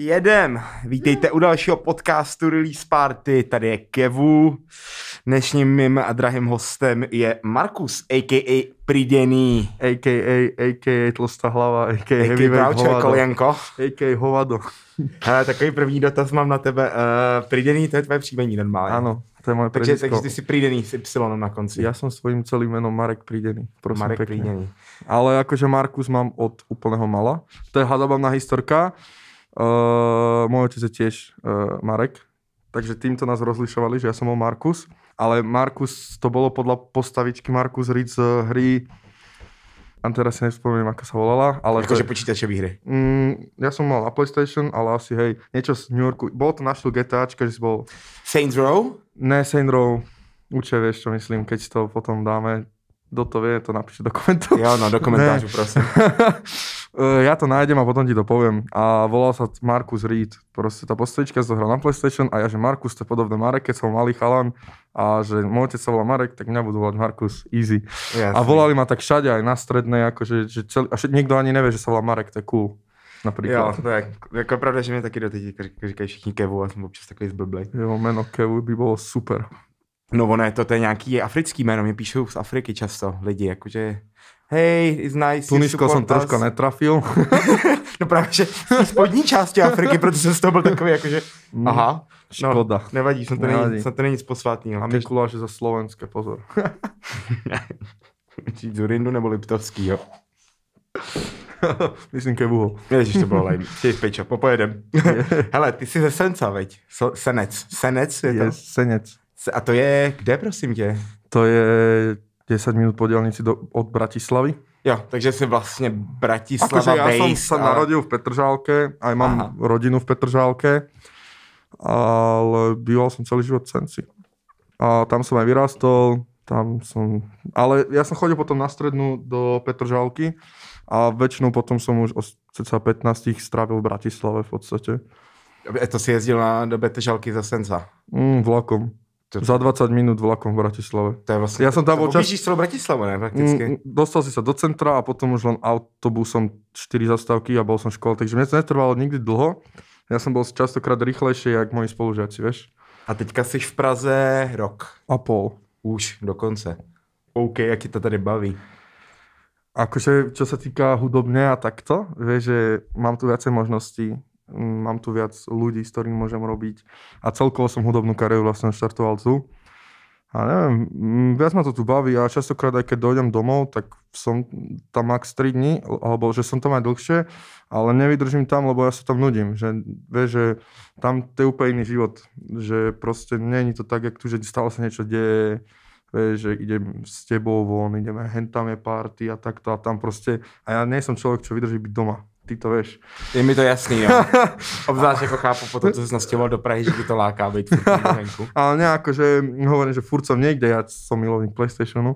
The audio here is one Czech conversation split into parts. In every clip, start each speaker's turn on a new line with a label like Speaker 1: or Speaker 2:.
Speaker 1: Jedem. Vítejte u dalšího podcastu Release Party. Tady je Kevu. Dnešním mým a drahým hostem je Markus, a.k.a. Pridený.
Speaker 2: A.k.a. tlustá hlava, a.k.a. heavyweight hovado.
Speaker 1: Koljenko.
Speaker 2: A.k.a. hovado.
Speaker 1: Hele, takový první dotaz mám na tebe. Pridený, to je tvoje příjmení normálně.
Speaker 2: Áno, to je moje
Speaker 1: Takže ty si Pridený s Y na konci.
Speaker 2: Ja som svojím celým menom Marek Pridený. Prosím,
Speaker 1: Marek
Speaker 2: pekne.
Speaker 1: Pridený.
Speaker 2: Ale akože Markus mám od úplného mala. To je hadabavná historka. Môj otec je tiež Marek. Takže týmto nás rozlišovali, že ja som bol Markus. Ale Markus, to bolo podľa postavičky Markus Reed z hry, a teraz si nevzpomínam, ako sa volala. Ale
Speaker 1: Akože počítačové hry.
Speaker 2: Ja som mal na PlayStation, ale asi hej, niečo z New Yorku. Bolo to na štýl GTAčka, že si bol...
Speaker 1: Saints Row?
Speaker 2: Ne, Saint Row. Určite vieš, čo myslím, keď to potom dáme. Kto to vie, to napíše do komentárov.
Speaker 1: Jo, no do komentářů, prosím.
Speaker 2: Ja to nájdem a potom ti to poviem. A volal sa Markus Reed. Proste tá postavička sa hral na PlayStation a ja, že Markus, to je podobné Marek, keď som malý chalan a že môj otec sa volá Marek, tak mňa budú volať Markus, easy.
Speaker 1: Jasne.
Speaker 2: A volali ma tak všade, aj na strednej, akože, že a niekto ani nevie, že sa volá Marek, to je cool.
Speaker 1: Jo,
Speaker 2: Napríklad.
Speaker 1: to je jako pravda, že mě taky doteď říkají všichni Kevu a jsem občas takový zblblej.
Speaker 2: Jo, meno Kevu by bolo super.
Speaker 1: No ono je to je nějaký africký jméno, mě píšou z Afriky často lidi, jakože hej, it's nice.
Speaker 2: Tunisko som troška netrafil.
Speaker 1: No právě, že z spodní části Afriky, protože jsem z toho byl takový jakože, aha.
Speaker 2: Škoda.
Speaker 1: No, nevadí, jsem to není nic posvátného.
Speaker 2: A Mikuláš je za slovenské, pozor.
Speaker 1: Říct Zurindu nebo Liptovský, jo.
Speaker 2: Myslím Kevuho.
Speaker 1: Ježiš, to bylo lajný. Chtěj pečo, popojedem. Hele, ty jsi ze Senca, veď? Senec. Senec je to?
Speaker 2: Senec.
Speaker 1: A to je kde, prosím tě?
Speaker 2: To je 10 minút po diaľnici od Bratislavy.
Speaker 1: Jo, takže si vlastně Bratislava
Speaker 2: Akože ja som
Speaker 1: based,
Speaker 2: sa narodil v Petržálke, aj mám rodinu v Petržálke, ale býval som celý život v Senci. A tam som aj vyrástol, ale ja som chodil potom na strednú do Petržálky a väčšinou potom som už cca 15 strávil v Bratislave v podstate.
Speaker 1: To si jezdil do Petržálky za Senca?
Speaker 2: Vlakom. Za 20 minút vlakom v Bratislave.
Speaker 1: To je vlastně,
Speaker 2: ja som tam
Speaker 1: objíždíš celou Bratislavu, ne, prakticky?
Speaker 2: Dostal si sa do centra a potom už len autobusom 4 zastávky a bol som v škole, takže mne to netrvalo nikdy dlho. Ja som bol častokrát rýchlejší, jak moji spolužiaci, vieš.
Speaker 1: A teďka jsi v Praze rok.
Speaker 2: A pol.
Speaker 1: Už dokonce. OK, jak ti to tady baví?
Speaker 2: Akože, čo sa týka hudobne a takto, vieš, že mám tu viacej možností. Mám tu viac ľudí, s ktorými môžem robiť. A celkovo som hudobnú kariéru vlastne štartoval tu. A neviem, viac ma to tu baví a častokrát aj keď dojdem domov, tak som tam max 3 dní, alebo že som tam aj dlhšie, ale nevydržím tam, lebo ja sa tam nudím. Že, vieš, že tam to je úplne iný život. Že proste nie je to tak, jak tu, že stále sa niečo deje. Vieš, že idem s tebou von, ideme, hen tam je party a takto a tam proste. A ja nie som človek, čo vydrží byť doma. Ty to vieš.
Speaker 1: Je mi to jasný, jo. Obzvlášť jako chápu po tom, co jsi nastěhoval do Prahy, že by to láká být furt venku.
Speaker 2: Ale nejako, že hovorím, že furt som niekde, ja som milovník PlayStationu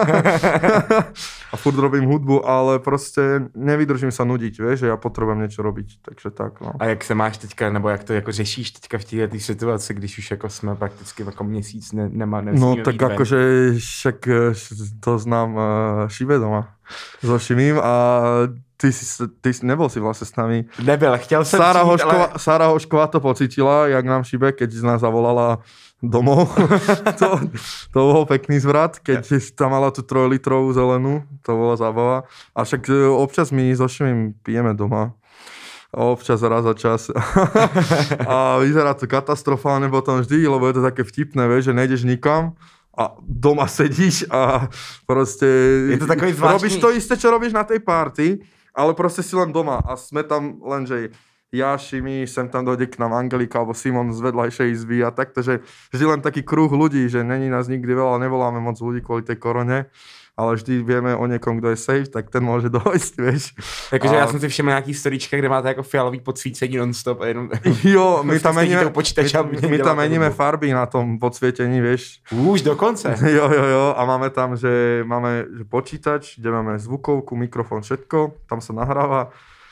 Speaker 2: a furt robím hudbu, ale proste nevydržím sa nudiť, vieš, že ja potrebujem niečo robiť, takže tak, no.
Speaker 1: A jak se máš teďka, nebo jak to jako řešíš teďka v této situaci, když už jako jsme prakticky jako měsíc nemusíme
Speaker 2: No tak akože však to znám Šibe doma so Šimím a ty nebol si vlastne s nami.
Speaker 1: Nebyl, chtěl jsem
Speaker 2: Sára Hošková to pocítila, jak nám Šibe, keď nás zavolala domov. to bol pekný zvrat, keď tam mala tú 3-litrovú zelenú, to bola zábava. A však občas my so Šimím pijeme doma. Občas raz za čas. A vyzerá to katastrofálne potom vždy, lebo je to také vtipné, vieš, že nejdeš nikam a doma sedíš a proste
Speaker 1: je to takový zvláštní.
Speaker 2: Robíš to isté, čo robíš na tej party, ale proste si len doma a sme tam len, že ja, Šimi, sem tam dojde k nám Angelika alebo Simon z vedľajšej izby a takto, že vždy len taký kruh ľudí, že není nás nikdy veľa, nevoláme moc ľudí kvôli tej korone, ale vždy vieme o někom, kdo je safe, tak ten může dojít, víš.
Speaker 1: Jakože já jsem si všiml nějaký storíčka, kde máte jako fialový podsvícení non-stop a jenom...
Speaker 2: Jo, my tam meníme farby na tom podsvietení, vieš.
Speaker 1: Už dokonce.
Speaker 2: Jo, a máme tam, že máme počítač, kde máme zvukovku, mikrofon, všetko, tam sa nahráva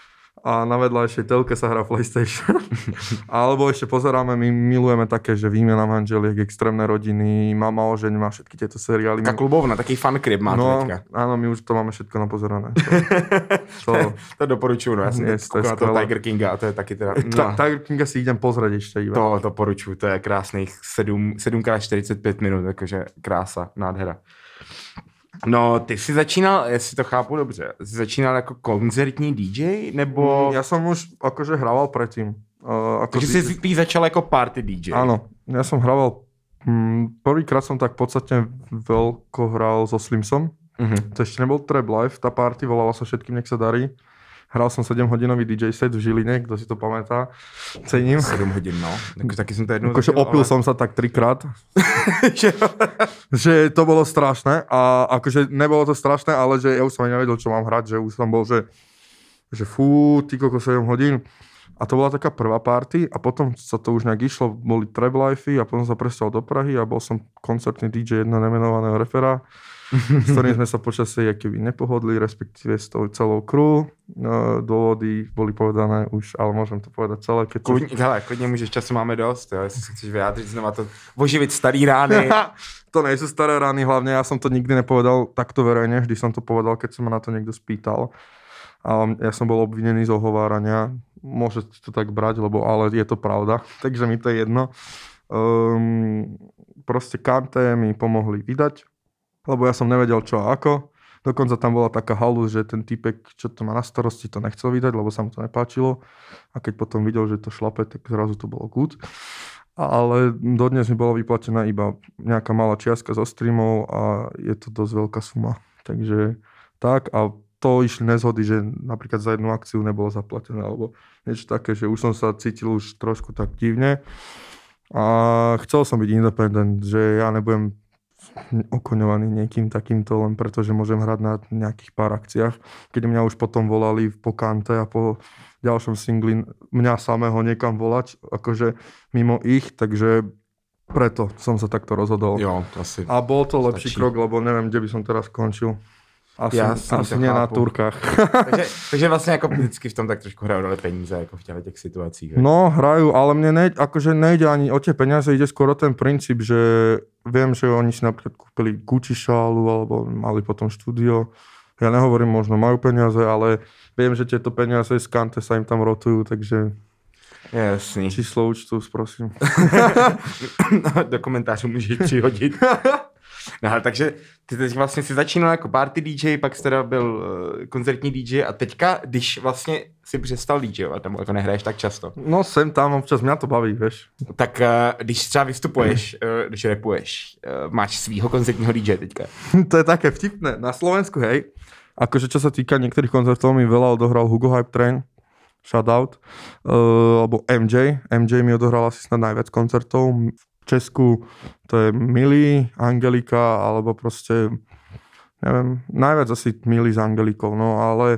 Speaker 2: a na vedľajšej telke sa hrá PlayStation. Alebo ešte pozeráme, my milujeme také, že Výmena manželiek, Extrémne rodiny, Mama ožeň má všetky tieto seriály.
Speaker 1: Taká klubovna, taký fankrib máte teďka.
Speaker 2: Áno, my už to máme všetko napozerané.
Speaker 1: To doporučuju, no, já jsem teď koukal na toho Tiger Kinga a to je taky teda... No.
Speaker 2: Tiger Kinga si idem pozrieť ešte iba.
Speaker 1: To doporučuju, to je krásných 7x45 minut, takže krása, nádhera. No, ty jsi začínal, jestli to chápu dobře, jsi začínal jako koncertní DJ, nebo...
Speaker 2: Ja som už akože hrával predtým.
Speaker 1: Takže jsi spíš začal jako party DJ.
Speaker 2: Áno, ja som hrával, prvýkrát som tak podstatne veľko hral so Slimsom. To ešte nebol Trap Life, tá party volala sa Všetkým nech sa darí. Hral som 7-hodinový DJ set v Žiline, kto si to pamätá, cením.
Speaker 1: 7 hodin, no. Taky som to jednou
Speaker 2: akože opil som sa tak 3-krát. Že to bolo strašné a akože nebolo to strašné, ale že ja už som aj nevedel, čo mám hrať, že už som bol, že fú, ty koko 7 hodín. A to bola taká prvá party a potom sa to už nejak išlo, boli Trap Lifey a potom sa presťal do Prahy a bol som koncertný DJ jedno nemenovaného repera, s ktorým sme sa počasie keby nepohodli, respektíve s tou celou crew. Dôvody boli povedané už, ale môžem to povedať celé.
Speaker 1: Klidně můžeš, času máme dost, jo, jestli si chceš vyjádřit znova to, oživit starý rány.
Speaker 2: To nejsú staré rány, hlavne ja som to nikdy nepovedal takto verejne, vždy som to povedal, keď sa ma na to niekto spýtal. A ja som bol obvinený z ohovárania, môžete to tak brať, ale je to pravda, takže mi to je jedno. Proste Kante mi pomohli vydať, lebo ja som nevedel čo a ako. Dokonca tam bola taká halus, že ten typek, čo to má na starosti, to nechcel vydať, lebo sa mu to nepáčilo. A keď potom videl, že to šlape, tak zrazu to bolo good. Ale dodnes mi bola vyplatená iba nejaká malá čiastka zo streamov a je to dosť veľká suma. Takže tak a to išli nezhody, že napríklad za jednu akciu nebolo zaplatené alebo niečo také, že už som sa cítil už trošku tak divne. A chcel som byť independent, že ja nebudem okoňovaný niekým takýmto, len preto, že môžem hrať na nejakých pár akciách. Keď mňa už potom volali po Kante a po ďalšom singli mňa samého niekam volať, akože mimo ich, takže preto som sa takto rozhodol.
Speaker 1: Jo, to asi
Speaker 2: a bol to
Speaker 1: stačí.
Speaker 2: Lepší krok, lebo neviem, kde by som teraz skončil. Asi nie
Speaker 1: chápu.
Speaker 2: na Turkách.
Speaker 1: takže vlastně jako vždycky v tom tak trošku hrajou dole peníze jako v těch situacích. Že?
Speaker 2: No, hrajú, ale mne akože nejde ani o tie peniaze, ide skôr o ten princíp, že viem, že oni si napríklad kúpili Gucci šálu alebo mali potom štúdio. Ja nehovorím, možno majú peniaze, ale viem, že tieto peniaze z Kante sa im tam rotujú, takže
Speaker 1: jasný.
Speaker 2: Číslo účtu, prosím.
Speaker 1: No, do komentářů můžeš přihodit. No, takže ty teď vlastně si začínal jako party DJ, pak jsi teda byl koncertní DJ a teďka, když vlastně si přestal DJovat, nebo jako nehraješ tak často.
Speaker 2: No sem tam, občas mňa to baví, vieš.
Speaker 1: Tak když třeba vystupuješ, když rapuješ, máš svýho koncertního DJ teďka.
Speaker 2: To je také vtipné. Na Slovensku, hej, akože čo sa týka niektorých koncertov, mi veľa odohral Hugo Hype Train, shoutout, alebo MJ. MJ mi odohral asi snad najviac koncertov. V Česku to je Milý, Angelika, alebo proste, neviem, najviac asi Milý s Angelikou, no ale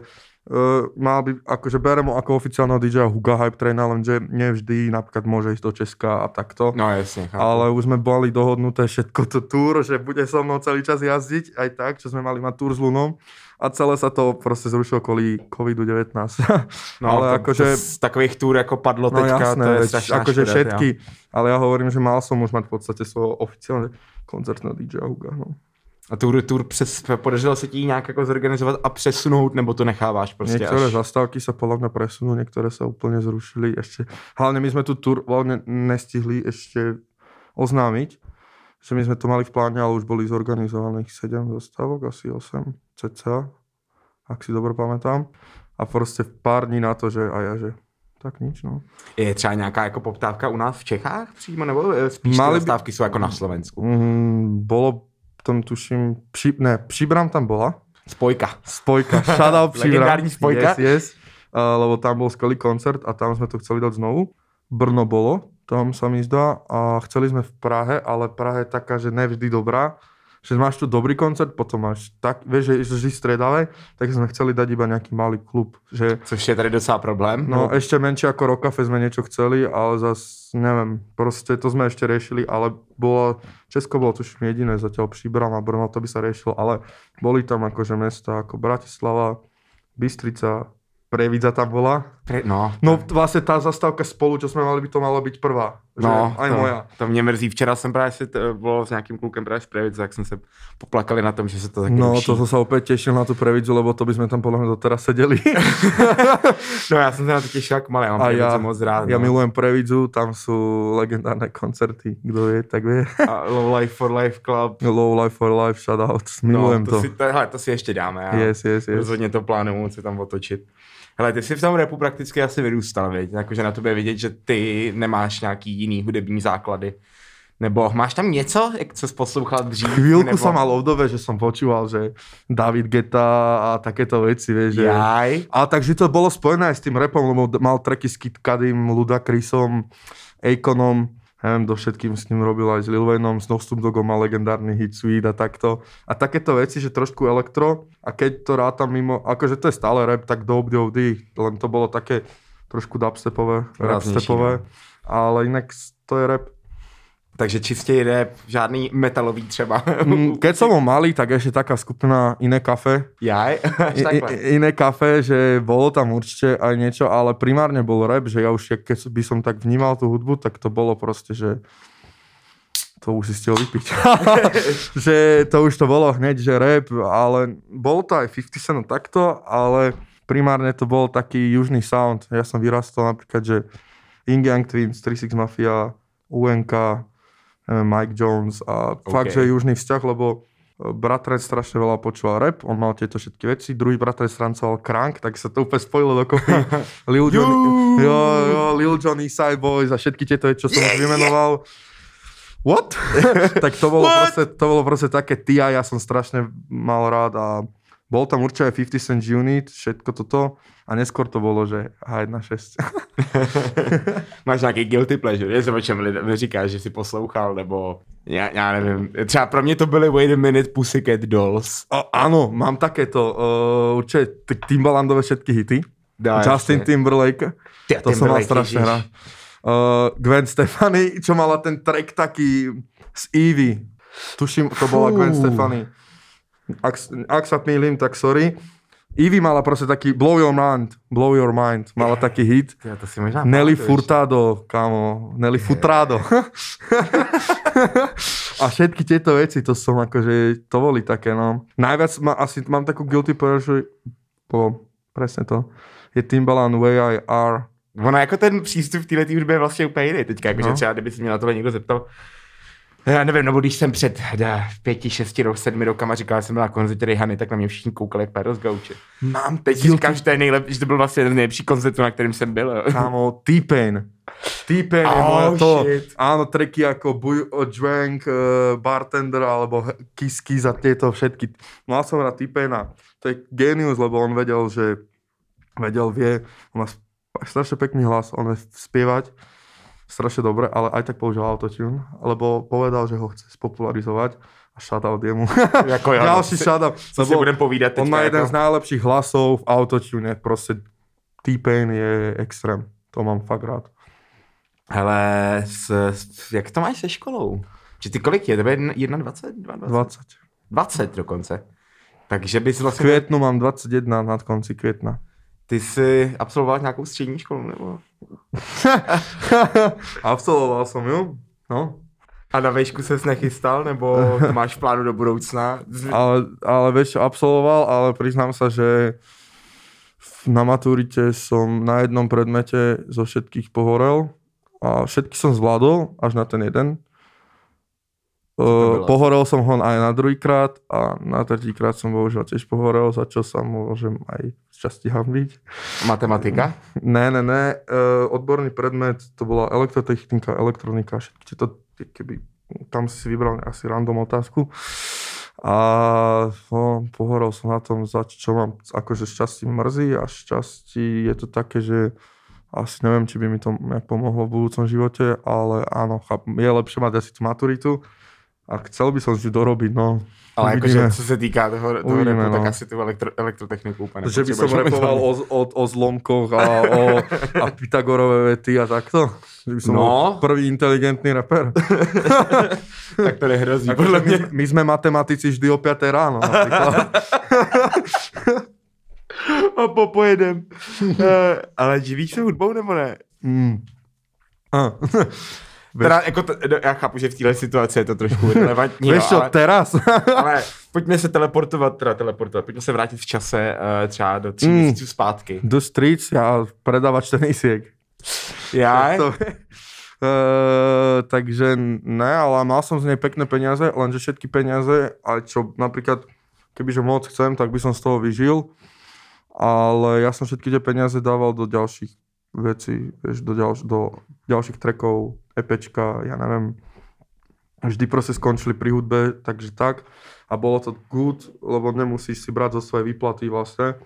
Speaker 2: mal by, akože berem ako oficiálneho DJ-a Huga Hype Traina, lenže nevždy napríklad môže ísť do Česka a takto.
Speaker 1: No jasne, chápu.
Speaker 2: Ale už sme boli dohodnuté všetko to túr, že bude so mnou celý čas jazdiť, aj tak, čo sme mali mať túr s Lunom. A celé sa to proste zrušilo kvôli COVID-19.
Speaker 1: No,
Speaker 2: ale akože
Speaker 1: z takových túr ako padlo
Speaker 2: no
Speaker 1: teďka,
Speaker 2: jasné,
Speaker 1: to je strašná
Speaker 2: akože
Speaker 1: škoda,
Speaker 2: všetky,
Speaker 1: ja.
Speaker 2: ale ja hovorím, že mal som už mať v podstate svojho oficiálne koncertného DJ Huga. No.
Speaker 1: A túr podařilo se ti nějak jako zorganizovat a přesunout, nebo to necháváš prostě
Speaker 2: niektoré zastávky sa podľa mňa presunú, niektoré sa úplne zrušili ešte. Hlavne my sme tu túr vlastne nestihli ešte oznámiť, že my sme to mali v pláne, ale už boli zorganizovaných 7 zastávok, asi 8 cca, ak si dobre pamätám. A proste pár dní na to, že a ja, že tak nič, no.
Speaker 1: Je třeba nějaká jako poptávka u nás v Čechách přímo, nebo spíš ty zastávky jsou jako na Slovensku?
Speaker 2: Bolo tam tuším, Příbram tam bola.
Speaker 1: Spojka.
Speaker 2: Shoutout Příbram.
Speaker 1: Legendární Spojka.
Speaker 2: Yes. Lebo tam bol skvelý koncert a tam sme to chceli dať znovu. Brno bolo, tam sa mi zdá, a chceli sme v Prahe, ale Praha je taká, že nevždy dobrá. Že máš tu dobrý koncert, potom máš tak, vieš, že vždy stredavé, tak sme chceli dať iba nejaký malý klub. Že,
Speaker 1: což je tady docela problém.
Speaker 2: No ešte menšie ako Rockcafe sme niečo chceli, ale zas neviem, proste to sme ešte riešili, ale Česko bolo tuším jediné, zatiaľ Příbram a Brno, to by sa riešilo, ale boli tam akože mesta ako Bratislava, Bystrica, Prievidza tam bola,
Speaker 1: No,
Speaker 2: vlastne tá zastávka spolu, čo sme mali, by to malo byť prvá. Že aj moja.
Speaker 1: To mě mrzí. Včera jsem právě volal s nějakým klukem právě z Previdze, tak jsme se poplakali na tom, že se to taky
Speaker 2: No,
Speaker 1: ruší.
Speaker 2: to som sa opäť tešil na tú Previdzu, lebo to by sme tam podľa mňa doteraz sedeli.
Speaker 1: No, já jsem se na to těšil jako malý, mám Previdzu moc rád.
Speaker 2: Ja milujem Previdzu, tam sú legendárne koncerty, kto vie, tak vie.
Speaker 1: A Low Life for Life Club.
Speaker 2: Low Life for Life, shoutouts, milujem to.
Speaker 1: To si ještě dáme.
Speaker 2: Yes.
Speaker 1: Rozhodně to plánuju se tam otočit. Hele, ty jsi v tom rapu prakticky asi vyrůstal, viď? Jakože na tobě vidět, že ty nemáš nějaký jiný hudební základy. Nebo máš tam něco, co jsi poslouchal dřív?
Speaker 2: Chvíľku som mal obdobie, že som počúval, že David Guetta a takéto veci, vieš.
Speaker 1: Jaj.
Speaker 2: Ale takže to bolo spojené aj s tým rapom, lebo mal tracky s Kid Cudim, Ludacrisom, Akonom, neviem, do všetkým s ním robil aj s Lil Waynom, s Snoop Doggom mal legendárny hit Sweet a takto. A takéto veci, že trošku elektro, a keď to rátam mimo, akože to je stále rap, tak do období, len to bolo také trošku dubstepové, rapstepové, ale inak to je rap.
Speaker 1: Takže čistý rap, žádný metalový třeba.
Speaker 2: Keď som ho malý, tak ešte taká skupina Iné kafe.
Speaker 1: Jaj?
Speaker 2: Iné kafe, že bolo tam určite aj niečo, ale primárne bol rap, že ja už, keď by som tak vnímal tú hudbu, tak to bolo proste, že to už si stihol vypiť. Že to už to bolo hneď, že rap, ale bolo to aj 50 Cent takto, ale primárne to bol taký južný sound. Ja som vyrastol napríklad, že Ying Yang Twins, 3-6 Mafia, UNK, Mike Jones a fakt, že južný vzťah, lebo bratranec strašne veľa počúval rap, on mal tieto všetky veci, druhý bratranec trancoval Crank, tak sa to úplne spojilo dokopy. Lil Jon, Eastside Boys a všetky tieto veci, čo som už vymenoval. What? Tak to bolo proste také T.I. ja som strašne mal rád a bol tam určite aj 50 Cent Unit, všetko toto. A neskôr to bolo, že H1.6.
Speaker 1: Máš nějaký guilty pleasure, jestli o čem říkáš, že jsi poslouchal, nebo já nevím. Třeba pro mě to byly Wait a Minute, Pussycat Dolls.
Speaker 2: Áno, mám takéto, určite Timbalandové všetky hity. Justin Timberlake, to som mal strašne rád. Gwen Stefani, čo mala ten track taký z Evie. Tuším, to bola Gwen Stefani. Ak sa mýlim, tak sorry. Evie mala proste taký Blow Your Mind, mala taký hit.
Speaker 1: Ja, to si možná
Speaker 2: Nelly Furtado, kámo, Nelly Futrado. A všetky tieto veci, to som akože, to boli také, no. Najviac asi mám takú guilty pleasure, presne to, je Timbaland Way I Are.
Speaker 1: Ono jako ten přístup v této hudbě je vlastně úplně jiný teďka, jakože třeba kdyby se mě na tohle někdo zeptal, já nevím, nebo když jsem před 5, 6, 7 rokama říkal, že jsem byl na koncertě Rihany, tak na mě všichni koukali jak péro z gauče.
Speaker 2: Mám
Speaker 1: teď si říkám, že to je nejlepší, že to byl vlastně jeden z nejlepších koncertů, na kterým jsem byl.
Speaker 2: Kámo, T-Pain je moje to. Áno, tracky ako Drank, Bartender alebo Kiss a tieto všetky. Mal som rád T-Paina. To je genius, lebo on vie, on má strašne pekný hlas, on vie spievať strašne dobre, ale aj tak použil autotune, lebo povedal, že ho chce spopularizovať a shoutout jemu. Ďalší shoutout.
Speaker 1: Co si budem povídat teďka.
Speaker 2: On má jeden z najlepších hlasov v autotune, proste T-Pain je extrém. To mám fakt rád.
Speaker 1: Hele, jak to máš se školou? Že ty kolik je? Tebe 21?
Speaker 2: 20.
Speaker 1: 20 dokonce. Takže bys vlastně...
Speaker 2: V květnu mám 21 na konci května.
Speaker 1: Ty jsi absolvoval nějakou střední školu, nebo?
Speaker 2: Absolvoval som ju, no.
Speaker 1: A na vejšku ses nechystal, nebo to máš v plánu do budoucna?
Speaker 2: Ale vieš, absolvoval, ale priznám sa, že na maturite som na jednom predmete zo všetkých pohorel a všetky som zvládol, až na ten jeden. Pohorel som ho aj na druhýkrát a na tretíkrát som bohužiaľ tiež pohorel, za čo sa môžem aj z časti hanbiť.
Speaker 1: Matematika?
Speaker 2: Ne. Odborný predmet, to bola elektrotechnika, elektronika, všetky to, keby tam si vybral asi random otázku. A pohorel som na tom, za čo mám akože z časti mrzí a z časti je to také, že asi neviem, či by mi to nejak pomohlo v budúcom živote, ale áno, je lepšie mať asi tú maturitu. A chcel by som si dorobiť, no.
Speaker 1: Ale jakože, co se týká toho rapu, tak asi tu elektrotechniku úplně
Speaker 2: že by som rapoval o zlomkoch a Pythagorové vety a takto. Že by som bol prvý inteligentný rapper.
Speaker 1: Tak to nehrozí, podle mě.
Speaker 2: My sme matematici vždy o 5 ráno napríklad.
Speaker 1: A pojedem. Ale živíš se hudbou nebo ne? Teda, jako já chápu, že v téhle situaci je to trošku relevantní.
Speaker 2: Víš čo, teraz?
Speaker 1: Ale pojďme se teleportovat, pojďme se vrátit v čase třeba do 3 měsíců zpátky.
Speaker 2: Do streets, já predávač tenisiek.
Speaker 1: Já?
Speaker 2: Takže ne, ale mal som z nej pekné peniaze, lenže všetky peniaze, aj čo napríklad, kebyže moc chcem, tak by som z toho vyžil, ale ja som všetky tie peniaze dával do ďalších vecí, vieš, do ďalších trackov, EPčka, ja neviem, vždy proste skončili pri hudbe, takže tak. A bolo to good, lebo nemusíš si brať zo svojej výplaty vlastne,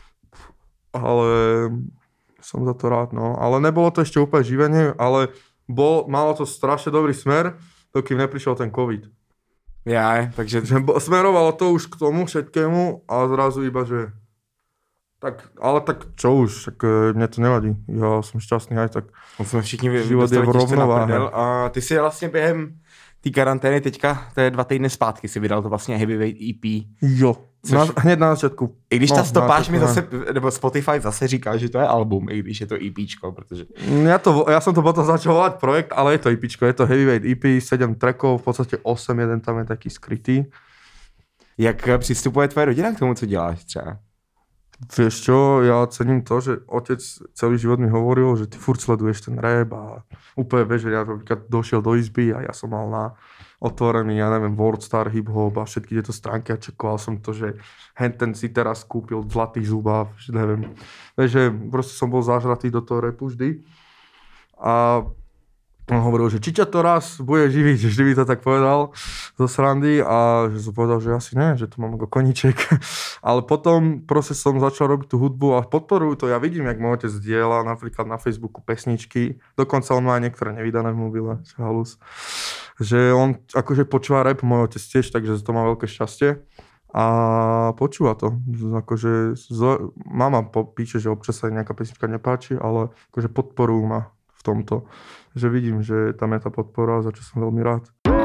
Speaker 2: ale som za to rád, no. Ale nebolo to ešte úplne živenie, ale malo to strašne dobrý smer, dokým neprišiel ten COVID.
Speaker 1: Takže...
Speaker 2: Smerovalo to už k tomu všetkému a zrazu iba, že... Ale tak čo už, tak mne to nevadí. Ja som šťastný aj tak.
Speaker 1: Jsme všichni
Speaker 2: život je v rovnováhe.
Speaker 1: A ty si vlastně během té karantény teďka, to je 2 týdny zpátky, si vydal to vlastně Heavyweight EP.
Speaker 2: Jo, hned na začátku.
Speaker 1: I když ta stopáž mi zase, nebo Spotify zase říká, že to je album, i když je to EPčko, protože...
Speaker 2: Ja som to potom začal volať projekt, ale je to EPčko, je to Heavyweight EP, 7 trackov, v podstate 8, jeden tam je taký skrytý.
Speaker 1: Jak přistupuje tvoje rodina k tomu, co děláš třeba?
Speaker 2: Vieš čo, ja cením to, že otec celý život mi hovoril, že ty furt sleduješ ten rap a úplne vieš, že ja napríklad došiel do izby a ja som mal na otvorený, ja neviem, Worldstar, hip-hop a všetky tieto stránky a čekoval som to, že ten si teraz kúpil zlatý zuba, neviem. Vieš, že proste som bol zažratý do toho rapu vždy a on hovoril, že či ťa to raz bude živiť, že vždy by to tak povedal zo srandy a že som povedal, že asi ne, že to mám ako koníček. Ale potom proste som začal robiť tú hudbu a podporujú to. Ja vidím, jak môj otec zdieľa napríklad na Facebooku pesničky. Dokonca on má aj niektoré nevydané v mobile, čo halus. Že on akože počúva rap, môj otec tiež, takže to má veľké šťastie. A počúva to. Akože mama píše, že občas sa nejaká pesnička nepáči, ale akože podporujú ma v tomto. Že vidím, že tam je ta podpora, za čo jsem velmi rád.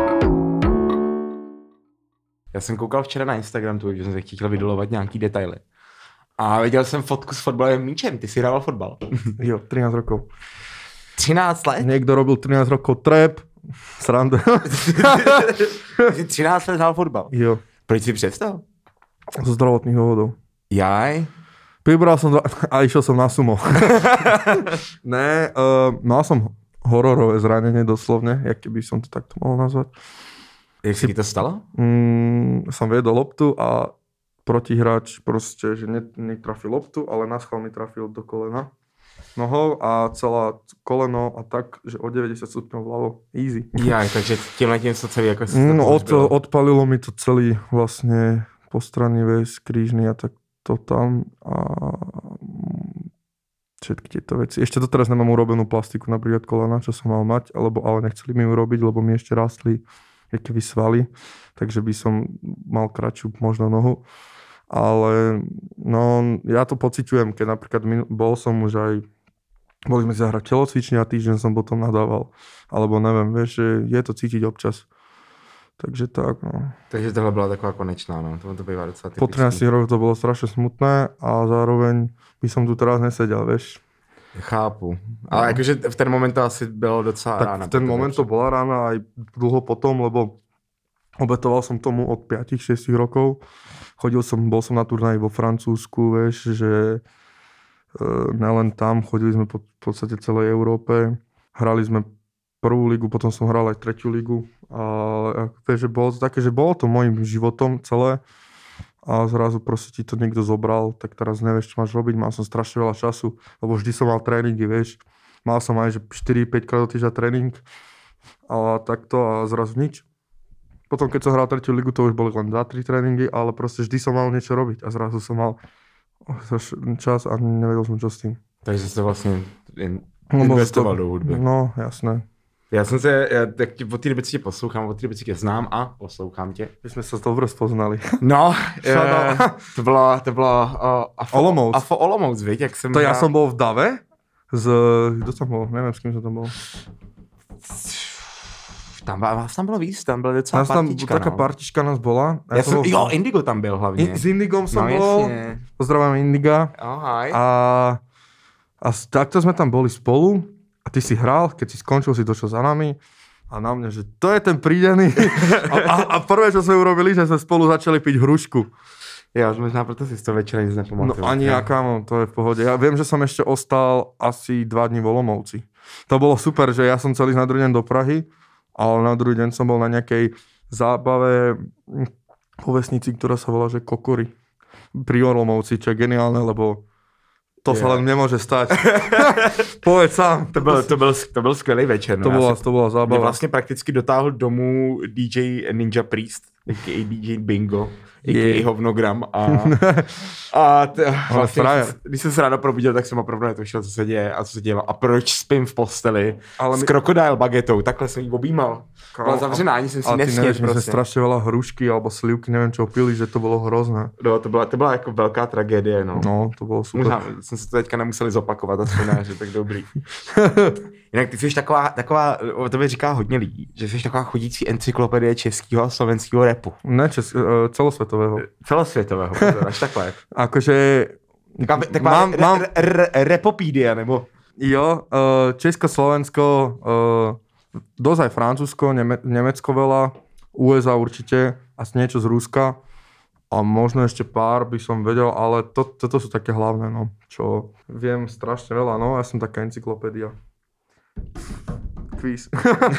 Speaker 1: Já jsem koukal včera na Instagram, že jsem se chtěl vydolovat nějaký detaily. A viděl jsem fotku s fotbalovým míčem, ty si hrával fotbal.
Speaker 2: Jo, 13 rokov.
Speaker 1: 13 let?
Speaker 2: Někdo robil 13 rokov trap, sranda.
Speaker 1: Jsi 13 let hrál fotbal?
Speaker 2: Jo.
Speaker 1: Proč si přestal?
Speaker 2: Zo zdravotných dôvodov.
Speaker 1: Jaj?
Speaker 2: Vybral som a išiel som na sumo. Ne, mal som hororové zranenie doslovne, jak keby som to takto mohol nazvať.
Speaker 1: Jak si to stalo?
Speaker 2: Som viedol loptu a protihráč proste, že netrafil loptu, ale naschvál mi trafil do kolena nohou a celá koleno a tak, že o 90 stupňov vľavo. Easy.
Speaker 1: Jaj, takže tímhletím sa celý ako...
Speaker 2: Odpalilo mi to celý vlastne postranný väz, krížny a tak to tam a všetky tieto veci. Ešte doteraz nemám urobenú plastiku napríklad kolena, čo som mal mať, ale nechceli mi urobiť, lebo mi ešte rastli keby svaly, takže by som mal kratšiu možno nohu. Ale no, ja to pociťujem, keď napríklad bol som už aj, boli sme zahrať telocvične a týždeň som potom nadával. Alebo neviem, vieš, že je to cítiť občas. Takže tak, no.
Speaker 1: Takže tohle byla taková konečná, no. To bývá docela typický.
Speaker 2: Po 13 rokoch to bolo strašne smutné a zároveň by som tu teraz nesedel, vieš.
Speaker 1: Chápu. Ale jakože v ten moment to asi bylo docela
Speaker 2: tak
Speaker 1: rána.
Speaker 2: V ten moment to bola rána aj dlho potom, lebo obetoval som tomu od 5-6 rokov. Bol som na turnaji vo Francúzsku, vieš, že nelen tam, chodili sme po podstate celej Európe. Hrali sme prvú ligu, potom som hral aj tretiu ligu. A vieš, že bolo to také, že bolo to môjim životom celé. A zrazu proste ti to niekto zobral, tak teraz nevieš, čo máš robiť. Mal som strašne veľa času, lebo vždy som mal tréningy, vieš. Mal som aj, že 4-5 krát do týždňa tréning a takto a zrazu nič. Potom, keď som hral tretiu ligu, to už boli len 2-3 tréningy, ale proste vždy som mal niečo robiť a zrazu som mal čas a nevedel som, čo s tým.
Speaker 1: Takže si to vlastne investoval do hudby.
Speaker 2: No, jasné.
Speaker 1: Já tak od té doby tě poslouchám, od té doby tě znám a poslouchám tě.
Speaker 2: My jsme se dobře spoznali.
Speaker 1: No, to bylo
Speaker 2: Olomouc.
Speaker 1: Olomouc, viď, jak jsem...
Speaker 2: To já jsem byl v Dave, kdo tam byl, nevím, s kým jsem tam byl.
Speaker 1: Tam bylo víc, tam byla docela partička,
Speaker 2: taká partička nás byla.
Speaker 1: Indigo tam byl hlavně.
Speaker 2: S Indigom jsem byl, pozdravím Indiga.
Speaker 1: Oh, hi.
Speaker 2: A A takto sme tam boli spolu a ty si hral, keď si skončil, si došiel za nami a na mňa, že to je ten prídený. A prvé, čo sme urobili, že sme spolu začali piť hrušku.
Speaker 1: Já možná proto si z toho večera nic nepamatuju.
Speaker 2: No ani ja, kámo, to je v pohode. Ja viem, že som ešte ostal asi 2 dní v Olomouci. To bolo super, že ja som celý na druhý deň do Prahy, ale na druhý deň som bol na nejakej zábave po vesnici, ktorá sa volá, že Kokory. Pri Olomouci, čo je geniálne, lebo to sa len nemôže stať. Povedz sám.
Speaker 1: To byl skvělý večer. No.
Speaker 2: To byla zábava.
Speaker 1: Mě vlastně prakticky dotáhl domů DJ Ninja Priest, a.k.a. DJ Bingo, a.k.a. Hovnogram. Vlastně, když jsem se ráno probudil, tak jsem opravdu netušil, co se děje a co se dělo. A proč spím v posteli s krokodil bagetou. Takhle jsem jí objímal. Byla zavřená, ani jsem si nesněl.
Speaker 2: Ale ty nevíš, strašně veľa hrušky alebo slivky, nevím, čo pili, že to bylo hrozné.
Speaker 1: No, to byla jako velká tragédie, no.
Speaker 2: No, to bylo super.
Speaker 1: Možná jsme se to teďka nemuseli zopakovat, aspoň tak dobrý. Jinak ty jsi taková, o tobě říká hodně lidí, že jsi taková chodící encyklopedie českého a slovenského rapu.
Speaker 2: Ne, celosvětového.
Speaker 1: Celosvětového, až takhle.
Speaker 2: Akože...
Speaker 1: Taková rapopídia, nebo...
Speaker 2: Jo, Česko, Slovensko, dosť aj Francúzsko, Nemecko veľa, USA určite, asi niečo z Ruska a možno ešte pár by som vedel, ale toto sú také hlavné, no, čo viem strašne veľa, no, ja som taká encyklopédia. Quiz.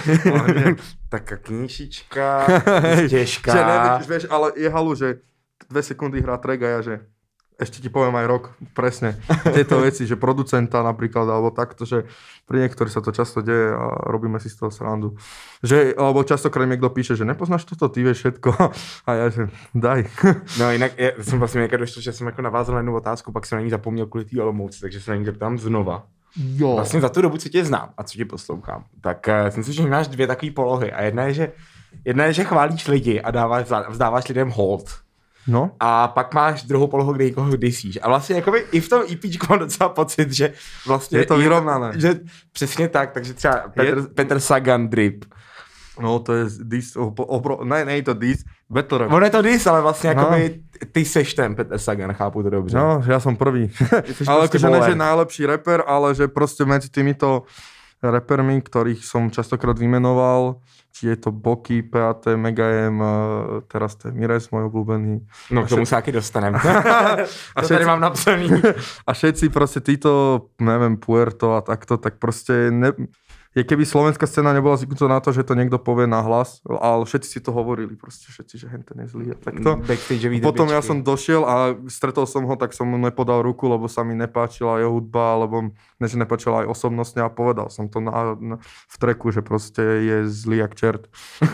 Speaker 1: Taká knížička, těžká.
Speaker 2: Že nevieš, vieš, ale je halu, že 2 sekundy hrá track a ja, že ešte ti poviem aj rok, presne. Tieto veci, že producenta napríklad, alebo takto, že pri niektorých sa to často deje a robíme si z toho srandu. Že, alebo častokrát niekto píše, že nepoznáš toto, ty vieš všetko. A ja, že daj.
Speaker 1: No jinak, já jsem vlastně někdy došel, že jsem jako navázal na jednu otázku, pak jsem na ní zapomněl kvůli té Olomouci, takže se na ní zeptám znova.
Speaker 2: Jo.
Speaker 1: Vlastně za tu dobu, co tě znám a co tě poslouchám, tak jsem si, že máš 2 takové polohy. A jedna je, že chválíš lidi a vzdáváš lidem hold.
Speaker 2: No.
Speaker 1: A pak máš druhou polohu, kde někoho disíš. A vlastně jakoby i v tom EPčku mám docela pocit, že vlastně...
Speaker 2: Je to vyrovnané.
Speaker 1: Že přesně tak, takže třeba Petr Sagan drip.
Speaker 2: No to je dis, ne je to dis, battle rap.
Speaker 1: On je to dis, ale vlastně jakoby ty seš ten Petr Sagan, chápu to dobře.
Speaker 2: No, ja som prvý. Ale akože ne, že najlepší rapper, ale že proste medzi týmito rappermi, ktorých som častokrát vymenoval, či je to Boky, PAT, Mega-M, teraz to je Mires, môj obľúbený.
Speaker 1: No k tomu sa aký dostanem. To tady mám napsaný.
Speaker 2: A všetci proste títo, neviem, Puerto a takto, tak proste je keby slovenská scéna nebola zvyknutá na to, že to niekto povie nahlas, ale všetci si to hovorili, proste všetci, že henten je zlý a takto. Potom ja som došiel a stretol som ho, tak som mu nepodal ruku, lebo sa mi nepáčila jeho hudba, alebo než nepáčila aj osobnostne a povedal som to v tracku, že proste je zlý jak čert.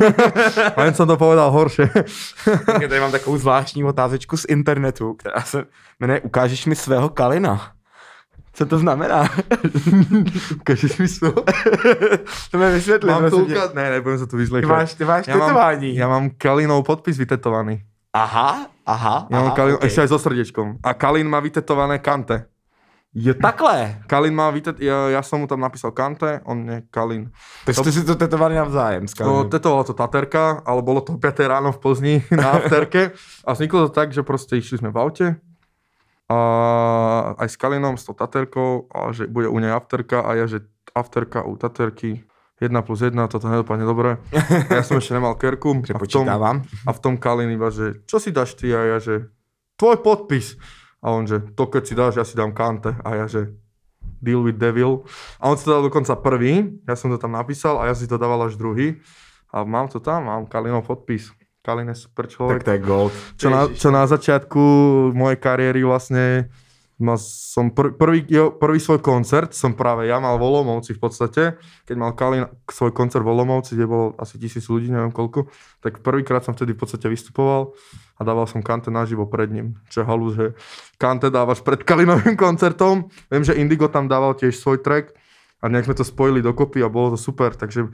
Speaker 2: A jen som to povedal horšie.
Speaker 1: Já tady mám takovou zvláštní otázečku z internetu, která se jmenuje Ukážeš mi svého Kalina. Co to znamená?
Speaker 2: Ukážeš mi svého?
Speaker 1: To mi vysvětli.
Speaker 2: Mám to ukázat? Ne, nebudem sa tu vyzlechať.
Speaker 1: Ty máš tetování.
Speaker 2: Ja mám Kalinov podpis vytetovaný.
Speaker 1: Aha.
Speaker 2: Ja mám Kalin, okay. Ešte aj so srdiečkom. A Kalin má vytetované Kante.
Speaker 1: Jo, takhle.
Speaker 2: Kalin má ja som mu tam napísal Kante, on je Kalin.
Speaker 1: Takže ste si to tetovali navzájem s Kalinem.
Speaker 2: Tetovala to Taterka, ale bolo to 5 ráno v Plzni na afterke. A vzniklo to tak, že proste išli sme v aute a aj s Kalinom, s tou Taterkou a že bude u nej afterka a ja, že afterka u Taterky 1+1, toto nedopadne dobre. A ja som ešte nemal kerku a v tom Kalin iba, že čo si dáš ty? A ja, že tvoj podpis. A on, že to keď si dáš, ja si dám Kante. A ja, že deal with devil. A on si to dal dokonca prvý, ja som to tam napísal a ja si to dával až druhý. A mám to tam, mám Kalinov podpis. Kalin je super človek.
Speaker 1: Tak to je gold.
Speaker 2: Čo na začiatku mojej kariéry vlastne som prvý svoj koncert som práve ja mal v Olomouci v podstate. Keď mal Kalin svoj koncert v Olomouci, kde bolo asi 1000 ľudí, neviem koľko, tak prvýkrát som vtedy v podstate vystupoval a dával som Kante naživo pred ním. Čo je halus, že Kante dávaš pred Kalinovým koncertom. Viem, že Indigo tam dával tiež svoj track a nejak sme to spojili dokopy a bolo to super, takže